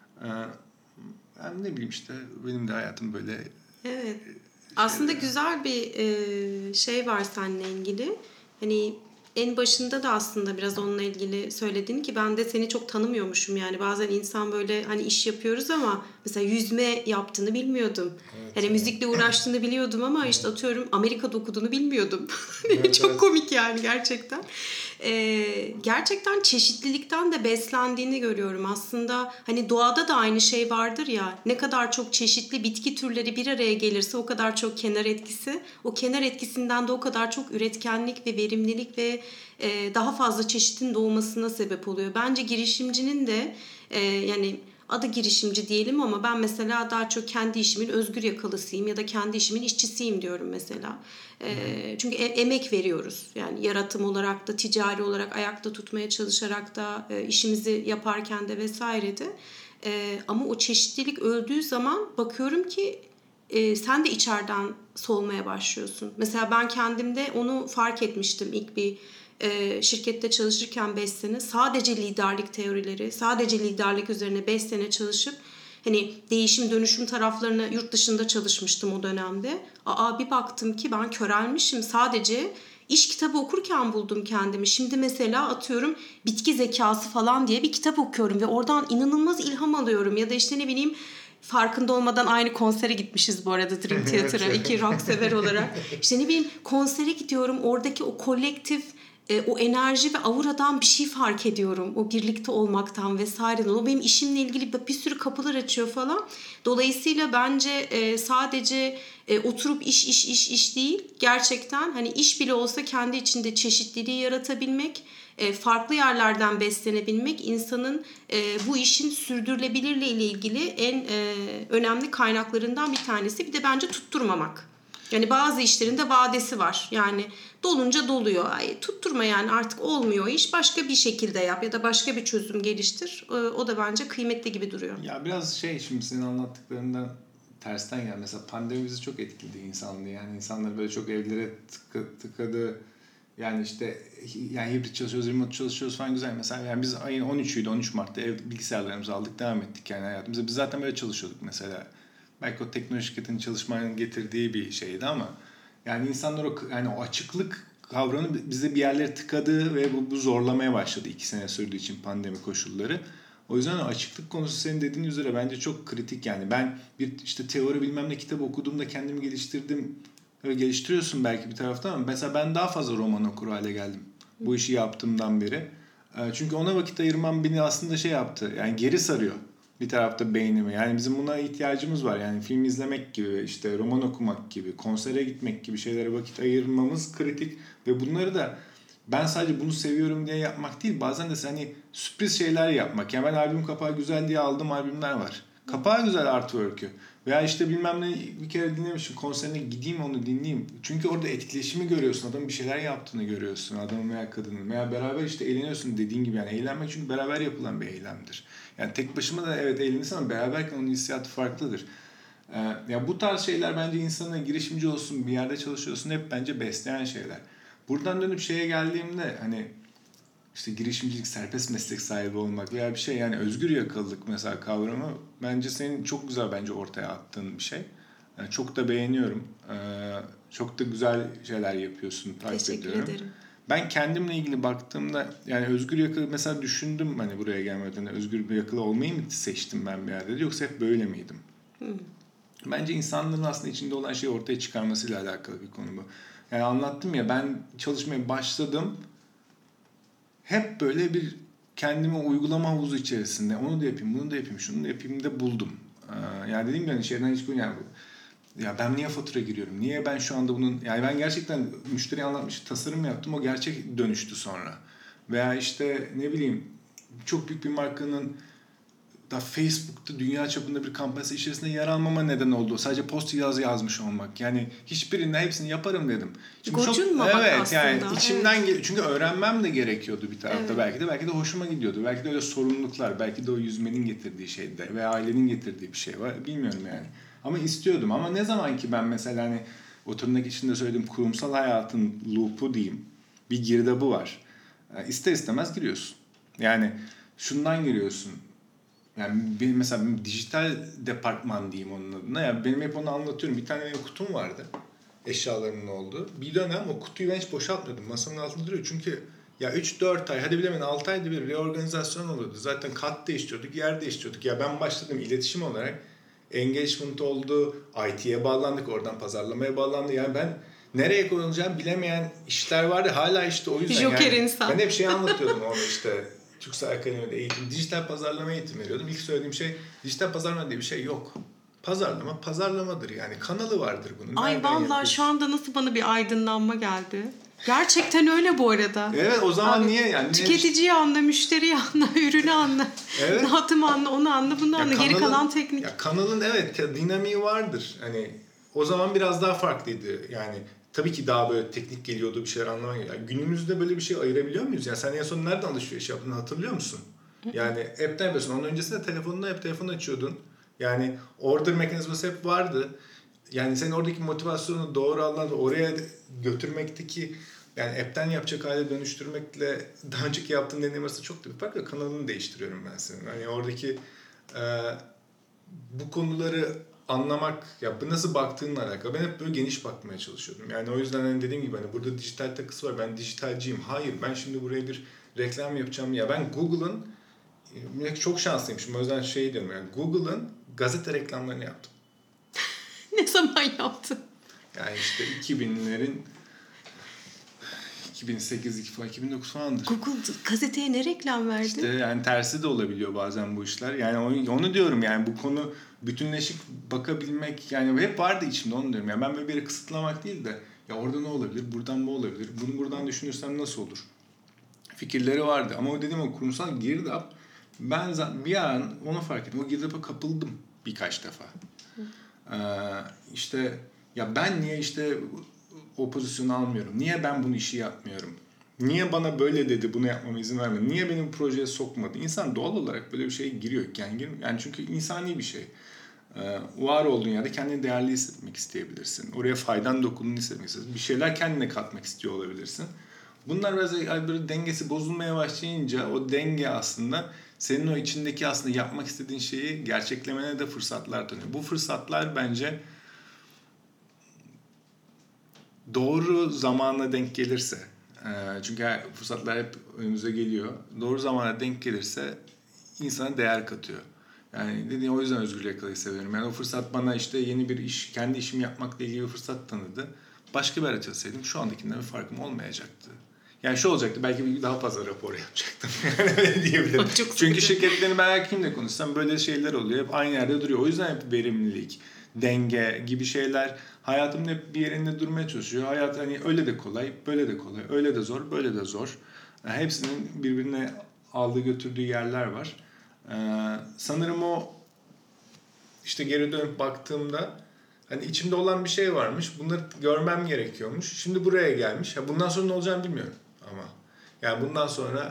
Yani ne bileyim işte benim de hayatım böyle. Evet. Aslında güzel bir şey var seninle ilgili. Hani en başında da aslında biraz onunla ilgili söyledin ki ben de seni çok tanımıyormuşum. Yani bazen insan böyle hani iş yapıyoruz ama mesela yüzme yaptığını bilmiyordum. Evet, Hani evet. müzikle uğraştığını biliyordum ama işte atıyorum Amerika'da okuduğunu bilmiyordum. Evet, Çok evet. komik yani gerçekten. Gerçekten çeşitlilikten de beslendiğini görüyorum. Aslında hani doğada da aynı şey vardır ya. Ne kadar çok çeşitli bitki türleri bir araya gelirse o kadar çok kenar etkisi. O kenar etkisinden de o kadar çok üretkenlik ve verimlilik ve daha fazla çeşitin doğmasına sebep oluyor. Bence girişimcinin de yani adı girişimci diyelim ama ben mesela daha çok kendi işimin özgür yakalısıyım ya da kendi işimin işçisiyim diyorum mesela. Çünkü emek veriyoruz. Yani yaratım olarak da ticari olarak ayakta tutmaya çalışarak da işimizi yaparken de vesaire de. Ama o çeşitlilik öldüğü zaman bakıyorum ki sen de içeriden solmaya başlıyorsun. Mesela ben kendimde onu fark etmiştim ilk bir şirkette çalışırken 5 sene sadece liderlik teorileri, sadece liderlik üzerine 5 sene çalışıp hani değişim dönüşüm taraflarına yurt dışında çalışmıştım o dönemde. Bir baktım ki ben körelmişim. Sadece iş kitabı okurken buldum kendimi. Şimdi mesela atıyorum bitki zekası falan diye bir kitap okuyorum ve oradan inanılmaz ilham alıyorum. Ya da işte ne bileyim farkında olmadan aynı konsere gitmişiz bu arada Dream Theater'a. İki rock sever olarak. İşte ne bileyim konsere gidiyorum. Oradaki o kolektif o enerji ve auradan bir şey fark ediyorum. O birlikte olmaktan vesaireden. O benim işimle ilgili bir sürü kapılar açıyor falan. Dolayısıyla bence sadece oturup iş değil. Gerçekten hani iş bile olsa kendi içinde çeşitliliği yaratabilmek, farklı yerlerden beslenebilmek insanın bu işin sürdürülebilirliği ile ilgili en önemli kaynaklarından bir tanesi. Bir de bence tutturmamak. Yani bazı işlerin de vadesi var. Yani dolunca doluyor. Tutturma yani artık olmuyor o iş. Başka bir şekilde yap ya da başka bir çözüm geliştir. O da bence kıymetli gibi duruyor. Ya biraz şimdi senin anlattıklarından tersten gel. Mesela pandemi bizi çok etkiledi insanlığı. Yani insanlar böyle çok evlere tıkadı. Yani işte yani hibrit çalışıyoruz, remote çalışıyoruz falan güzel. Mesela yani biz ayın 13'üydü, 13 Mart'ta bilgisayarlarımızı aldık, devam ettik yani hayatımıza. Biz zaten böyle çalışıyorduk mesela. Belki o teknoloji şirketinin çalışmanın getirdiği bir şeydi ama yani insanlar o açıklık kavramı bize bir yerlere tıkadı ve bu zorlamaya başladı 2 sene sürdüğü için pandemi koşulları. O yüzden açıklık konusu senin dediğin üzere bence çok kritik yani. Ben bir işte teori bilmem ne kitap okuduğumda kendimi geliştirdim. Geliştiriyorsun belki bir taraftan ama mesela ben daha fazla roman okur hale geldim. Bu işi yaptığımdan beri. Çünkü ona vakit ayırmam beni aslında yaptı. Yani geri sarıyor bir tarafta beynimi. Yani bizim buna ihtiyacımız var. Yani film izlemek gibi, işte roman okumak gibi, konsere gitmek gibi şeylere vakit ayırmamız kritik. Ve bunları da ben sadece bunu seviyorum diye yapmak değil. Bazen de hani sürpriz şeyler yapmak. Yani ben albüm kapağı güzel diye aldığım albümler var. Kapağı güzel artwork'ü. Veya işte bilmem ne bir kere dinlemişim konserine gideyim onu dinleyeyim. Çünkü orada etkileşimi görüyorsun. Adamın bir şeyler yaptığını görüyorsun. Adamın veya kadının. Veya beraber işte eğleniyorsun dediğin gibi. Yani eğlenmek çünkü beraber yapılan bir eylemdir. Yani tek başıma da evet eğlenirsin ama beraberken onun hissiyatı farklıdır. Ya bu tarz şeyler bence insanın girişimci olsun, bir yerde çalışıyorsun hep bence besleyen şeyler. Buradan dönüp geldiğimde hani işte girişimcilik, serbest meslek sahibi olmak veya bir şey yani özgür yakalılık mesela kavramı bence senin çok güzel bence ortaya attığın bir şey. Yani çok da beğeniyorum. Çok da güzel şeyler yapıyorsun, takip ediyorum. Teşekkür ederim. Ben kendimle ilgili baktığımda yani özgür yakalı mesela düşündüm hani buraya gelmeden özgür bir yakalı olmayı mı seçtim ben bir yerde yoksa hep böyle miydim? Bence insanların aslında içinde olan şeyi ortaya çıkarmasıyla alakalı bir konu bu. Yani anlattım ya ben çalışmaya başladım. Hep böyle bir kendimi uygulama havuzu içerisinde onu da yapayım, bunu da yapayım, şunu da yapayım da buldum. Yani dediğim gibi hani hiç yani ya ben niye fatura giriyorum? Niye ben şu anda bunun yani ben gerçekten müşteriye anlatmış tasarım yaptım o gerçek dönüştü sonra. Veya işte ne bileyim çok büyük bir markanın da Facebook'ta dünya çapında bir kampanyası içerisinde yer almama neden oldu. Sadece post yazı yazmış olmak. Yani hiçbirinde hepsini yaparım dedim. Çünkü gocunmamak evet, aslında. Yani içimden çünkü öğrenmem de gerekiyordu bir tarafta Evet. belki de hoşuma gidiyordu. Belki de öyle sorumluluklar, belki de o yüzmenin getirdiği şeyde veya ailenin getirdiği bir şey var. Bilmiyorum yani. Ama istiyordum. Ama ne zaman ki ben mesela hani o tırnak içinde söylediğim kurumsal hayatın loop'u diyeyim. Bir girdabı var. İster istemez giriyorsun. Yani şundan giriyorsun. Yani benim mesela dijital departman diyeyim onun adına. Yani benim hep onu anlatıyorum. Bir tane benim kutum vardı. Eşyalarımın olduğu. Bir dönem o kutuyu ben hiç boşaltmıyordum. Masanın altında duruyor. Çünkü ya 3-4 ay, hadi bilemedim 6 ayda bir reorganizasyon oluyordu. Zaten kat değiştiriyorduk, yer değiştiriyorduk. Ya ben başladım iletişim olarak. Engagement oldu. IT'ye bağlandık. Oradan pazarlamaya bağlandı. Yani ben nereye koyulacağımı bilemeyen işler vardı. Hala işte o yüzden. Joker yani insan. Ben hep şey anlatıyordum orada işte. Türksel Akademi'de eğitim, dijital pazarlama eğitimi veriyordum. İlk söylediğim şey, dijital pazarlama diye bir şey yok. Pazarlama pazarlamadır yani. Kanalı vardır bunun. Ay vallahi şu anda nasıl bana bir aydınlanma geldi. Gerçekten öyle bu arada. Evet, o zaman Abi, niye yani? Tüketiciyi anla, müşteriyi anla, ürünü anla. Evet. Dağıtımı anla, onu anla, bunu anla. Geri kalan teknik. Ya kanalın evet dinamiği vardır. Hani o zaman biraz daha farklıydı. Yani tabii ki daha böyle teknik geliyordu, bir şeyler anlamaya geliyor. Yani günümüzde böyle bir şey ayırabiliyor muyuz? Yani sen en son nereden alışveriş yaptığını hatırlıyor musun? Yani app'ten yapıyorsun. Onun öncesinde telefonunda hep telefon açıyordun. Yani order mekanizması hep vardı. Yani senin oradaki motivasyonu doğru anlamda oraya götürmekteki, yani app'ten yapacak hale dönüştürmekle daha önceki yaptığın deneyim arasında çok da bir fark var. Kanalını değiştiriyorum ben senin. Hani oradaki bu konuları anlamak, ya bu nasıl baktığınla alakalı. Ben hep böyle geniş bakmaya çalışıyordum. Yani o yüzden hani dediğim gibi hani burada dijital takısı var. Ben dijitalciyim. Hayır, ben şimdi buraya bir reklam yapacağım. Ya ben Google'ın çok şanslıymışım. O yüzden şey diyorum yani Google'ın gazete reklamlarını yaptım. Ne zaman yaptın? Yani işte 2000'lerin 2008, 2009 falandır. Google gazeteye ne reklam verdi? İşte yani tersi de olabiliyor bazen bu işler. Yani onu diyorum yani bu konu bütünleşik bakabilmek yani hep vardı içimde, onu diyorum. Yani ben böyle bir yere kısıtlamak değil de ya orada ne olabilir, buradan bu olabilir, bunu buradan düşünürsem nasıl olur? Fikirleri vardı ama o dediğim o kurumsal girdap, ben bir an onu fark ettim. O girdapa kapıldım birkaç defa. İşte ya ben niye işte o pozisyonu almıyorum? Niye ben bunu işi yapmıyorum? Niye bana böyle dedi, bunu yapmama izin vermedi? Niye beni bu projeye sokmadı? İnsan doğal olarak böyle bir şeye giriyor. Yani çünkü insani bir şey. Var olduğun yerde kendini değerli hissetmek isteyebilirsin. Oraya faydan dokunduğunu hissetmek istersin. Bir şeyler kendine katmak istiyor olabilirsin. Bunlar biraz böyle dengesi bozulmaya başlayınca o denge aslında senin o içindeki aslında yapmak istediğin şeyi gerçeklemene de fırsatlar tanıyor. Bu fırsatlar bence doğru zamana denk gelirse, çünkü fırsatlar hep önümüze geliyor. Doğru zamana denk gelirse insana değer katıyor. Yani dediğim, o yüzden özgür yakalayı seviyorum. Yani o fırsat bana işte yeni bir iş, kendi işimi yapmakla ilgili bir fırsat tanıdı. Başka bir araç alsaydım şu andakinden bir farkım olmayacaktı. Yani şu olacaktı, belki daha fazla rapor yapacaktım. Yani öyle diyebilirim. Çünkü şirketlerin ben kimle konuşsam böyle şeyler oluyor. Hep aynı yerde duruyor. O yüzden hep verimlilik, denge gibi şeyler hayatımın hep bir yerinde durmaya çalışıyor. Hayat hani öyle de kolay, böyle de kolay, öyle de zor, böyle de zor. Yani hepsinin birbirine aldığı götürdüğü yerler var. Sanırım o işte geri dönüp baktığımda hani içimde olan bir şey varmış. Bunları görmem gerekiyormuş. Şimdi buraya gelmiş. Bundan sonra ne olacağını bilmiyorum ama. Yani bundan sonra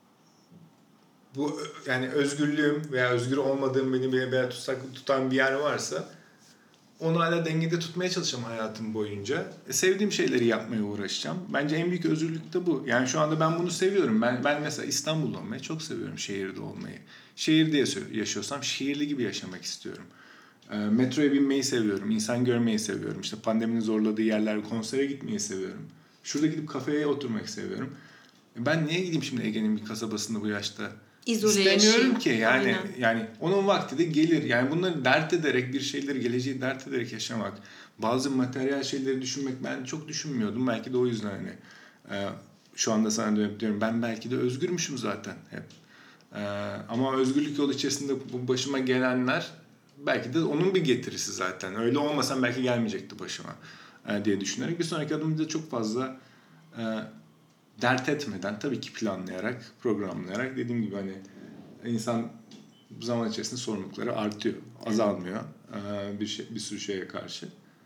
bu yani özgürlüğüm veya özgür olmadığım beni bir tutan bir yer varsa onu hala dengede tutmaya çalışacağım hayatım boyunca. Sevdiğim şeyleri yapmaya uğraşacağım. Bence en büyük özgürlük de bu. Yani şu anda ben bunu seviyorum. Ben mesela İstanbul'da olmayı çok seviyorum, şehirde olmayı. Şehirde yaşıyorsam şehirli gibi yaşamak istiyorum. Metroya binmeyi seviyorum, insan görmeyi seviyorum. İşte pandeminin zorladığı yerler, konsere gitmeyi seviyorum. Şurada gidip kafeye oturmak seviyorum. Ben niye gideyim şimdi Ege'nin bir kasabasında bu yaşta? İzole İstemiyorum ki yani. Aynen. Yani onun vakti de gelir. Yani bunları dert ederek, bir şeyleri, geleceği dert ederek yaşamak, bazı materyal şeyleri düşünmek, ben çok düşünmüyordum. Belki de o yüzden hani şu anda sana dönüp diyorum, ben belki de özgürmüşüm zaten hep. Ama özgürlük yolu içerisinde bu başıma gelenler belki de onun bir getirisi zaten. Öyle olmasam belki gelmeyecekti başıma diye düşünerek bir sonraki adımda çok fazla dert etmeden, tabii ki planlayarak, programlayarak, dediğim gibi hani insan zaman içerisinde sorumlulukları artıyor, azalmıyor bir sürü şeye karşı.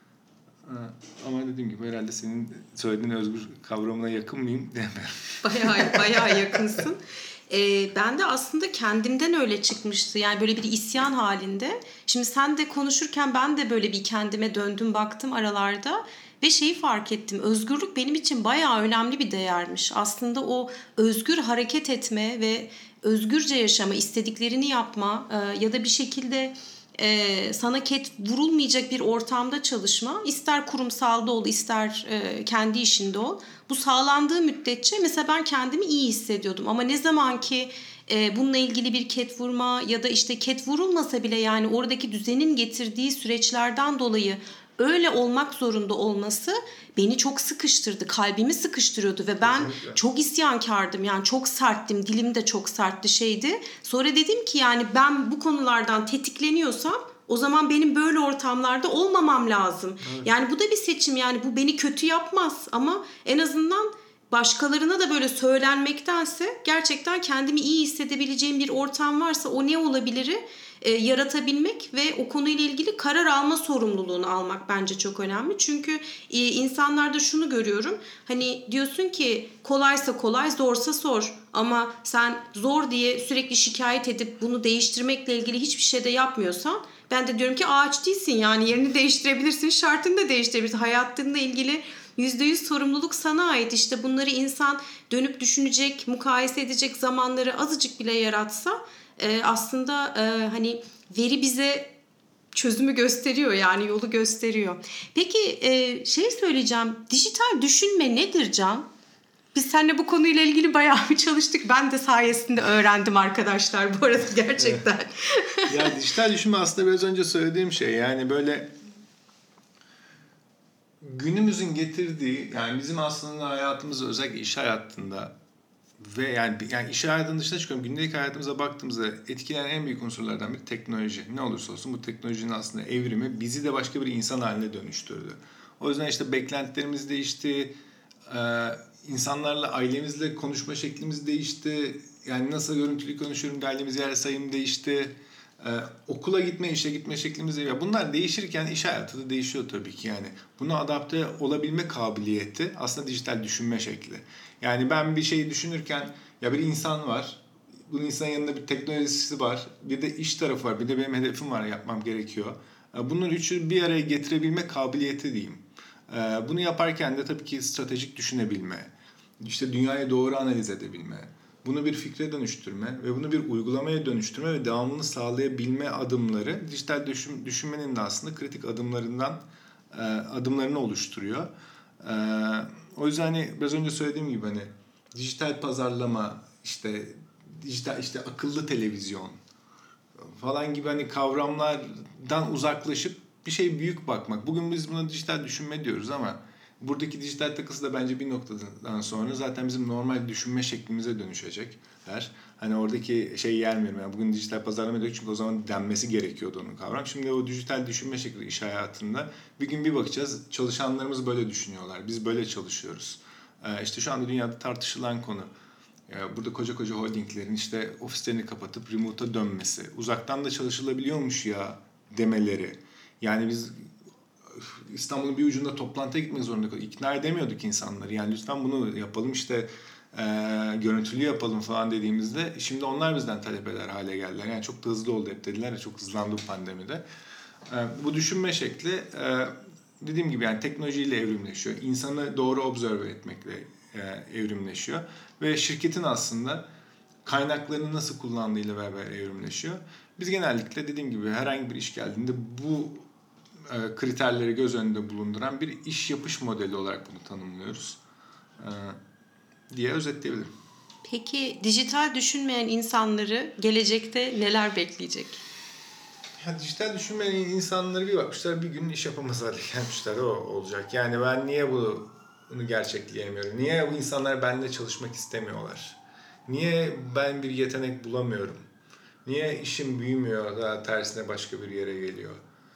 Ama dediğim gibi herhalde senin söylediğin özgür kavramına yakın mıyım demiyorum. Bayağı yakınsın. Ben de aslında kendimden öyle çıkmıştı. Yani böyle bir isyan halinde. Şimdi sen de konuşurken ben de böyle bir kendime döndüm baktım aralarda. Ve şeyi fark ettim. Özgürlük benim için bayağı önemli bir değermiş. Aslında o özgür hareket etme ve özgürce yaşama, istediklerini yapma ya da bir şekilde sana ket vurulmayacak bir ortamda çalışma, ister kurumsalda ol, ister kendi işinde ol. Bu sağlandığı müddetçe mesela ben kendimi iyi hissediyordum. Ama ne zaman ki bununla ilgili bir ket vurma ya da işte ket vurulmasa bile yani oradaki düzenin getirdiği süreçlerden dolayı öyle olmak zorunda olması beni çok sıkıştırdı. Kalbimi sıkıştırıyordu ve ben Kesinlikle. çok isyankardım. Yani çok serttim. Dilim de çok sertti şeydi. Sonra dedim ki yani ben bu konulardan tetikleniyorsam o zaman benim böyle ortamlarda olmamam lazım. Evet. Yani bu da bir seçim. Yani bu beni kötü yapmaz ama en azından başkalarına da böyle söylenmektense gerçekten kendimi iyi hissedebileceğim bir ortam varsa o ne olabiliri yaratabilmek ve o konuyla ilgili karar alma sorumluluğunu almak bence çok önemli. Çünkü insanlarda şunu görüyorum. Hani diyorsun ki kolaysa kolay, zorsa zor. Ama sen zor diye sürekli şikayet edip bunu değiştirmekle ilgili hiçbir şey de yapmıyorsan ben de diyorum ki ağaç değilsin yani yerini değiştirebilirsin, şartını da değiştirebilirsin. Hayatınla ilgili %100 sorumluluk sana ait. İşte bunları insan dönüp düşünecek, mukayese edecek zamanları azıcık bile yaratsa aslında hani veri bize çözümü gösteriyor yani yolu gösteriyor. Peki şey söyleyeceğim. Dijital düşünme nedir Can? Biz seninle bu konuyla ilgili bayağı bir çalıştık. Ben de sayesinde öğrendim arkadaşlar bu arada gerçekten. Ya dijital düşünme aslında biraz önce söylediğim şey. Yani böyle günümüzün getirdiği yani bizim aslında hayatımızda özellikle iş hayatında ve yani iş hayatının dışına çıkıyorum. Gündelik hayatımıza baktığımızda etkileyen en büyük unsurlardan biri teknoloji. Ne olursa olsun bu teknolojinin aslında evrimi bizi de başka bir insan haline dönüştürdü. O yüzden işte beklentilerimiz değişti. İnsanlarla, ailemizle konuşma şeklimiz değişti. Yani nasıl görüntülü konuşuyorum, geldiğimiz yer sayım değişti. Okula gitme, işe gitme şeklimiz değişiyor. Bunlar değişirken iş hayatı da değişiyor tabii ki yani. Buna adapte olabilme kabiliyeti aslında dijital düşünme şekli. Yani ben bir şeyi düşünürken ya bir insan var. Bu insanın yanında bir teknolojisi var. Bir de iş tarafı var. Bir de benim hedefim var yapmam gerekiyor. Bunların üçü bir araya getirebilme kabiliyeti diyeyim. Bunu yaparken de tabii ki stratejik düşünebilme, işte dünyayı doğru analiz edebilme, bunu bir fikre dönüştürme ve bunu bir uygulamaya dönüştürme ve devamını sağlayabilme adımları dijital düşünmenin de aslında kritik adımlarını oluşturuyor. O yüzden hani biraz önce söylediğim gibi hani dijital pazarlama, işte akıllı televizyon falan gibi hani kavramlardan uzaklaşıp bir şey büyük bakmak. Bugün biz buna dijital düşünme diyoruz ama buradaki dijital takısı da bence bir noktadan sonra zaten bizim normal düşünme şeklimize dönüşecekler. Hani oradaki şeyi yermiyorum. Yani bugün dijital pazarlama diyor çünkü o zaman denmesi gerekiyordu onun kavram. Şimdi o dijital düşünme şekli iş hayatında bir gün bir bakacağız. Çalışanlarımız böyle düşünüyorlar. Biz böyle çalışıyoruz. İşte şu anda dünyada tartışılan konu. Burada koca koca holdinglerin işte ofislerini kapatıp remote'a dönmesi, uzaktan da çalışılabiliyormuş ya demeleri. Yani biz İstanbul'un bir ucunda toplantıya gitmek zorunda kalıyorduk. İkna edemiyorduk insanları. Yani lütfen bunu yapalım işte görüntülü yapalım falan dediğimizde şimdi onlar bizden talep eder hale geldiler. Yani çok da hızlı oldu hep dediler ya çok hızlandı bu pandemide. Bu düşünme şekli dediğim gibi yani teknolojiyle evrimleşiyor. İnsanı doğru observe etmekle evrimleşiyor. Ve şirketin aslında kaynaklarını nasıl kullandığıyla beraber evrimleşiyor. Biz genellikle dediğim gibi herhangi bir iş geldiğinde bu kriterleri göz önünde bulunduran bir iş yapış modeli olarak bunu tanımlıyoruz diye özetleyebilirim. Peki dijital düşünmeyen insanları gelecekte neler bekleyecek? Ya dijital düşünmeyen insanları bir bakmışlar bir gün iş yapamaz hale gelmişler o olacak. Yani ben niye bunu gerçekleyemiyorum? Niye bu insanlar benimle çalışmak istemiyorlar? Niye ben bir yetenek bulamıyorum? Niye işim büyümüyor da tersine başka bir yere geliyor?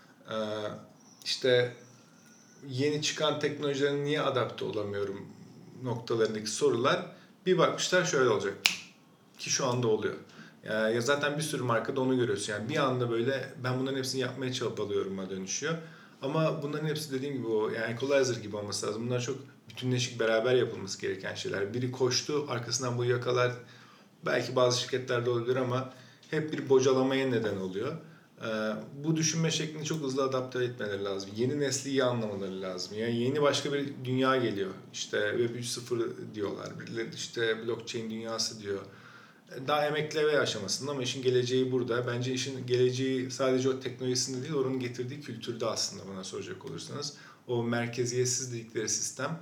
İşte yeni çıkan teknolojilerin niye adapte olamıyorum noktalarındaki sorular bir bakmışlar şöyle olacak ki şu anda oluyor. Ya zaten bir sürü markada onu görüyorsun. Yani bir anda böyle ben bunların hepsini yapmaya çabalıyorum'a dönüşüyor. Ama bunların hepsi dediğim gibi o yani equalizer gibi olması lazım. Bunlar çok bütünleşik beraber yapılması gereken şeyler. Biri koştu arkasından bu yakalar belki bazı şirketlerde olabilir ama hep bir bocalamaya neden oluyor. Bu düşünme şeklini çok hızlı adapte etmeleri lazım. Yeni nesli iyi anlamaları lazım. Yani yeni başka bir dünya geliyor. İşte Web 3.0 diyorlar. Birileri işte blockchain dünyası diyor. Daha emekleme aşamasında ama işin geleceği burada. Bence işin geleceği sadece o teknolojisinde değil, onun getirdiği kültürde aslında bana soracak olursanız. O merkeziyetsiz dedikleri sistem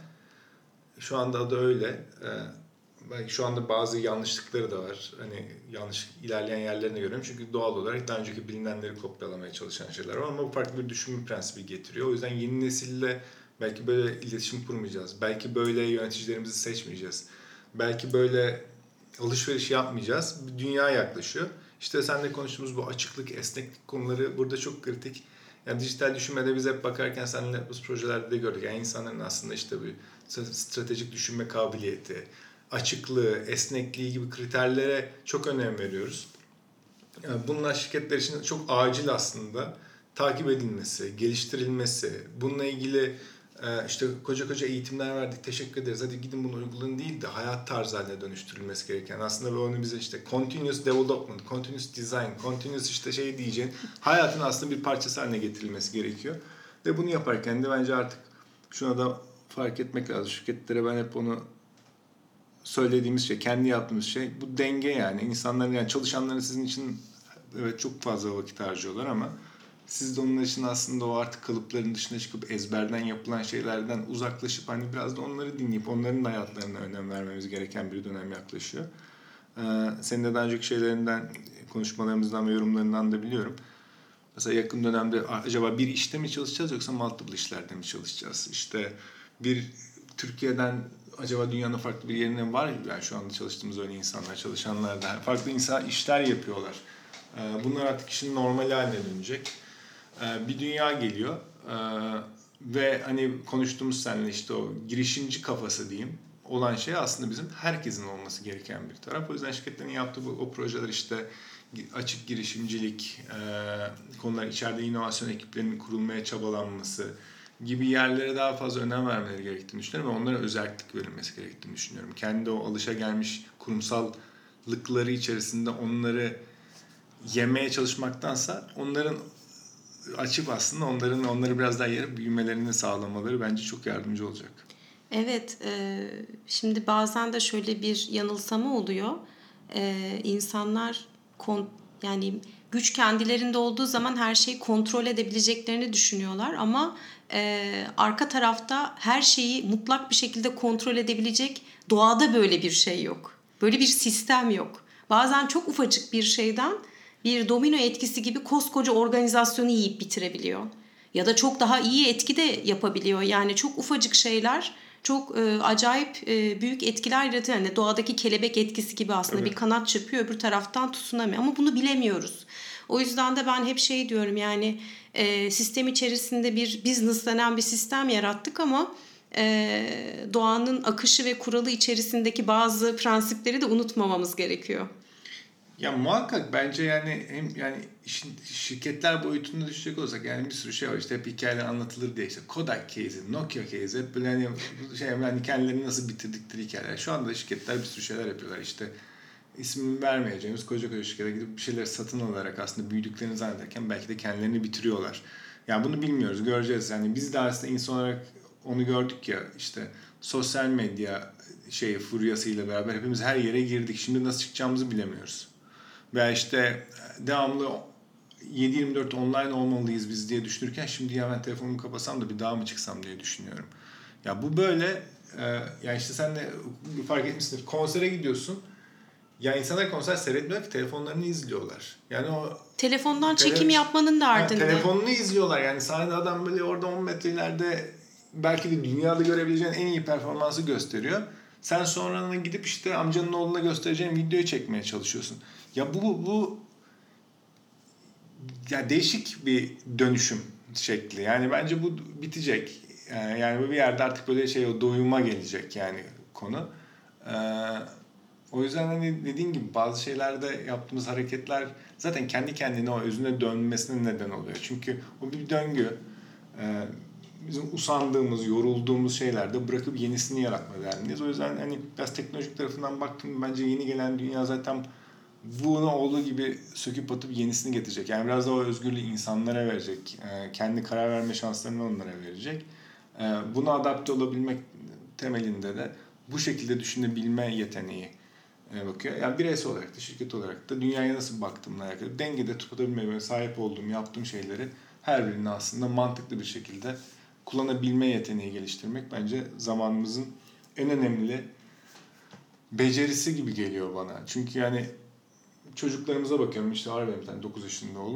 şu anda adı öyle. Belki şu anda bazı yanlışlıkları da var. Hani yanlış ilerleyen yerlerini görüyorum. Çünkü doğal olarak daha önceki bilinenleri kopyalamaya çalışan şeyler var. Ama bu farklı bir düşünme prensibi getiriyor. O yüzden yeni nesille belki böyle iletişim kurmayacağız. Belki böyle yöneticilerimizi seçmeyeceğiz. Belki böyle alışveriş yapmayacağız. Bir dünya yaklaşıyor. İşte seninle konuştuğumuz bu açıklık, esneklik konuları burada çok kritik. Yani dijital düşünmede biz hep bakarken seninle bu projelerde de gördük. Yani insanların aslında işte bir stratejik düşünme kabiliyeti, açıklığı, esnekliği gibi kriterlere çok önem veriyoruz. Yani bunlar şirketler için çok acil aslında takip edilmesi, geliştirilmesi, bununla ilgili işte koca eğitimler verdik, teşekkür ederiz, hadi gidin bunu uygulayın değil de hayat tarzı haline dönüştürülmesi gereken. Aslında onu bize işte continuous development, continuous design, continuous işte şey diyeceğin hayatın aslında bir parçası haline getirilmesi gerekiyor. Ve bunu yaparken de bence artık şuna da fark etmek lazım. Şirketlere ben hep onu söylediğimiz şey, kendi yaptığımız şey bu denge yani. İnsanların yani çalışanların sizin için evet çok fazla vakit harcıyorlar ama siz de onlar için aslında o artık kalıpların dışına çıkıp ezberden yapılan şeylerden uzaklaşıp hani biraz da onları dinleyip onların da hayatlarına önem vermemiz gereken bir dönem yaklaşıyor. Senin de daha önceki şeylerinden, konuşmalarımızdan ve yorumlarından da biliyorum. Mesela yakın dönemde acaba bir işte mi çalışacağız yoksa multiple işlerde mi çalışacağız? İşte bir Türkiye'den acaba dünyanın farklı bir yerine var yani şu anda çalıştığımız öyle insanlar, çalışanlar da farklı insan işler yapıyorlar. Bunlar artık işin normal haline dönecek. Bir dünya geliyor ve hani konuştuğumuz seninle işte o girişimci kafası diyeyim olan şey aslında bizim herkesin olması gereken bir taraf. O yüzden şirketlerin yaptığı o projeler işte açık girişimcilik, konular içeride inovasyon ekiplerinin kurulmaya çabalanması gibi yerlere daha fazla önem vermeleri gerektiğini düşünüyorum ve onlara özellik verilmesi gerektiğini düşünüyorum. Kendi o alışagelmiş kurumsallıkları içerisinde onları yemeye çalışmaktansa onların açıp aslında onları biraz daha yerip büyümelerini sağlamaları bence çok yardımcı olacak. Evet, şimdi bazen de şöyle bir yanılsama oluyor. İnsanlar yani güç kendilerinde olduğu zaman her şeyi kontrol edebileceklerini düşünüyorlar ama arka tarafta her şeyi mutlak bir şekilde kontrol edebilecek doğada böyle bir şey yok. Böyle bir sistem yok. Bazen çok ufacık bir şeyden bir domino etkisi gibi koskoca organizasyonu yiyip bitirebiliyor. Ya da çok daha iyi etki de yapabiliyor. Yani çok ufacık şeyler çok acayip büyük etkiler yaratıyor. Yani doğadaki kelebek etkisi gibi aslında Evet. bir kanat çırpıyor öbür taraftan tutunamıyor. Ama bunu bilemiyoruz. O yüzden de ben hep şey diyorum yani sistem içerisinde bir business denen bir sistem yarattık ama doğanın akışı ve kuralı içerisindeki bazı prensipleri de unutmamamız gerekiyor. Ya muhakkak bence yani hem yani şirketler boyutunda düşecek olsak yani bir sürü şey var işte hep hikayeler anlatılır diye işte Kodak case'i, Nokia case'i hep böyle hani şey yani kendilerini nasıl bitirdikleri hikayeler. Şu anda şirketler bir sürü şeyler yapıyorlar işte ismini vermeyeceğimiz koca şirkete gidip bir şeyler satın alarak aslında büyüdüklerini zannederken belki de kendilerini bitiriyorlar. Yani bunu bilmiyoruz, göreceğiz. Yani biz de aslında insan olarak onu gördük ya işte sosyal medya furyasıyla beraber hepimiz her yere girdik. Şimdi nasıl çıkacağımızı bilemiyoruz. Veya işte devamlı 7/24 online olmalıyız biz diye düşünürken şimdi ya ben telefonumu kapasam da bir daha mı çıksam diye düşünüyorum. Ya bu böyle yani işte sen de fark etmişsindir. Konsere gidiyorsun. Ya insanlar konser seyretmiyor ki telefonlarını izliyorlar. Yani o Telefondan çekim yapmanın da ardında. telefonunu izliyorlar. Yani sahnede adam böyle orada 10 metre ileride belki de dünyada görebileceğin en iyi performansı gösteriyor. Sen sonra gidip işte amcanın oğluna göstereceğin videoyu çekmeye çalışıyorsun. Ya bu ya değişik bir dönüşüm şekli. Yani bence bu bitecek. Yani bu bir yerde artık böyle o doyuma gelecek yani konu. O yüzden hani dediğin gibi bazı şeylerde yaptığımız hareketler zaten kendi kendine o özüne dönmesine neden oluyor. Çünkü o bir döngü. Bizim usandığımız, yorulduğumuz şeylerde bırakıp yenisini yaratma derdindeyiz. O yüzden hani biraz teknolojik tarafından baktım, bence yeni gelen dünya zaten bunu olduğu gibi söküp atıp yenisini getirecek. Yani biraz da o özgürlüğü insanlara verecek. Kendi karar verme şanslarını onlara verecek. Buna adapte olabilmek temelinde de bu şekilde düşünebilme yeteneği bakıyor. Yani bireysel olarak da, şirket olarak da dünyaya nasıl baktığımla alakalı dengede tutabilmeye sahip olduğum, yaptığım şeyleri her birini aslında mantıklı bir şekilde kullanabilme yeteneği geliştirmek bence zamanımızın en önemli becerisi gibi geliyor bana. Çünkü yani çocuklarımıza bakıyorum, işte var benim bir tane 9 yaşında oğlum.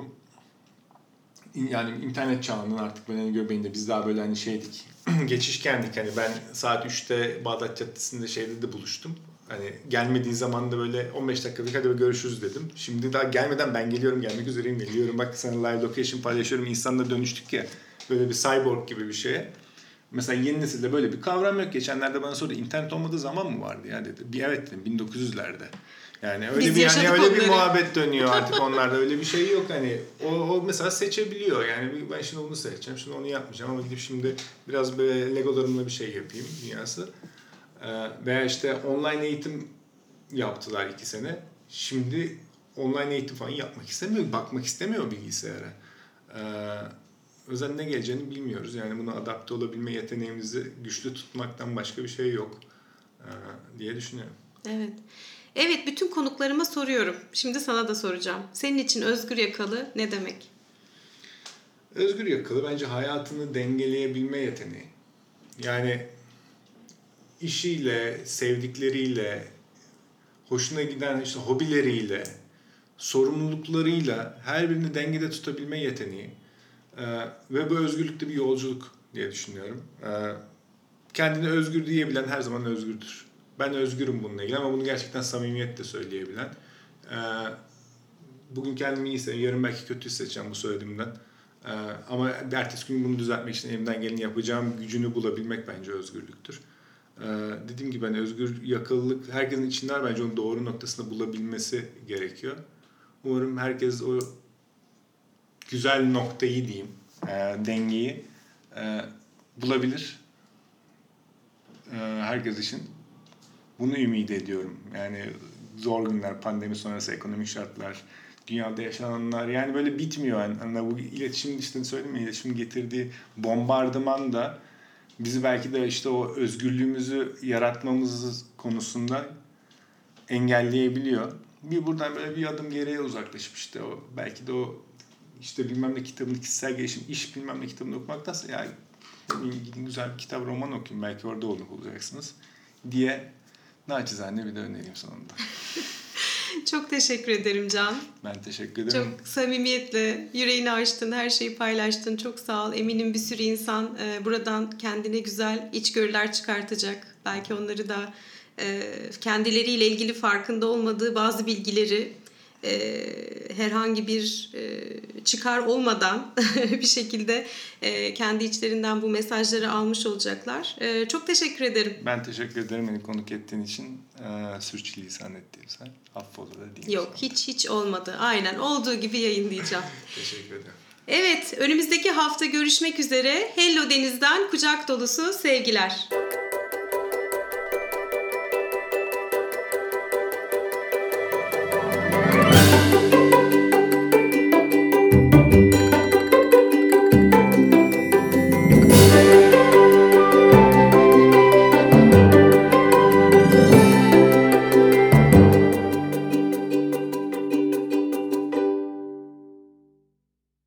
Yani internet çağının artık böyle göbeğinde, biz daha böyle hani şeydik, geçişkendik. Hani ben saat 3'te Bağdat Caddesi'nde şeyde de buluştum. Hani gelmediği zaman da böyle 15 dakika hadi görüşürüz dedim. Şimdi daha gelmeden ben geliyorum, gelmek üzereyim, geliyorum. Bak sana live location paylaşıyorum. İnsanla dönüştük ya. Böyle bir cyborg gibi bir şeye. Mesela yeni nesilde böyle bir kavram yok. Geçenlerde bana sordu, internet olmadığı zaman mı vardı ya dedi. Evet dedim, 1900'lerde. Yani öyle bir yani öyle bir muhabbet dönüyor artık onlarda. Öyle bir şey yok hani. O mesela seçebiliyor. Yani ben şimdi onu seçeceğim, şimdi onu yapmayacağım ama gidip şimdi biraz böyle legolarımla bir şey yapayım dünyası. Veya işte online eğitim yaptılar 2 sene. Şimdi online eğitim falan yapmak istemiyor, bakmak istemiyor bilgisayara. O yüzden ne geleceğini bilmiyoruz. Yani buna adapte olabilme yeteneğimizi güçlü tutmaktan başka bir şey yok diye düşünüyorum. Evet. Evet, bütün konuklarıma soruyorum. Şimdi sana da soracağım. Senin için özgür yakalı ne demek? Özgür yakalı bence hayatını dengeleyebilme yeteneği. Yani işiyle, sevdikleriyle, hoşuna giden işte hobileriyle, sorumluluklarıyla her birini dengede tutabilme yeteneği. Ve bu özgürlükte bir yolculuk diye düşünüyorum. Kendine özgür diyebilen her zaman özgürdür. Ben özgürüm bununla ilgili ama bunu gerçekten samimiyetle söyleyebilen. Bugün kendimi iyi hissediyorum, yarın belki kötü hissedeceğim bu söylediğimden. Ama ertesi gün bunu düzeltmek için elimden geleni yapacağım gücünü bulabilmek bence özgürlüktür. Dediğim gibi hani özgür yakalılık herkesin içinde var, bence onun doğru noktasında bulabilmesi gerekiyor. Umarım herkes o güzel noktayı diyeyim, dengeyi bulabilir. Herkes için bunu ümit ediyorum. Yani zor günler, pandemi sonrası ekonomik şartlar, dünyada yaşananlar yani böyle bitmiyor. Yani bu iletişim, işte söyledim ya, iletişim getirdiği bombardıman da bizi belki de işte o özgürlüğümüzü yaratmamız konusunda engelleyebiliyor. Bir buradan böyle bir adım geriye uzaklaşıp işte o belki de o işte bilmem ne kitabını, kişisel gelişim, iş bilmem ne kitabını okumaktansa ya gidin güzel bir kitap, roman okuyun, belki orada onu bulacaksınız diye naçizane bir de önereyim sonunda. Çok teşekkür ederim Can. Ben teşekkür ederim. Çok samimiyetle yüreğini açtın, her şeyi paylaştın. Çok sağ ol. Eminim bir sürü insan buradan kendine güzel içgörüler çıkartacak. Belki onları da kendileriyle ilgili farkında olmadığı bazı bilgileri herhangi bir çıkar olmadan bir şekilde kendi içlerinden bu mesajları almış olacaklar. Çok teşekkür ederim. Ben teşekkür ederim beni konuk ettiğin için. Sürçülisan ettiysem affola da diyeyim. Yok, hiç olmadı. Aynen olduğu gibi yayınlayacağım. Teşekkür ederim. Evet, önümüzdeki hafta görüşmek üzere. Hello Deniz'den kucak dolusu sevgiler.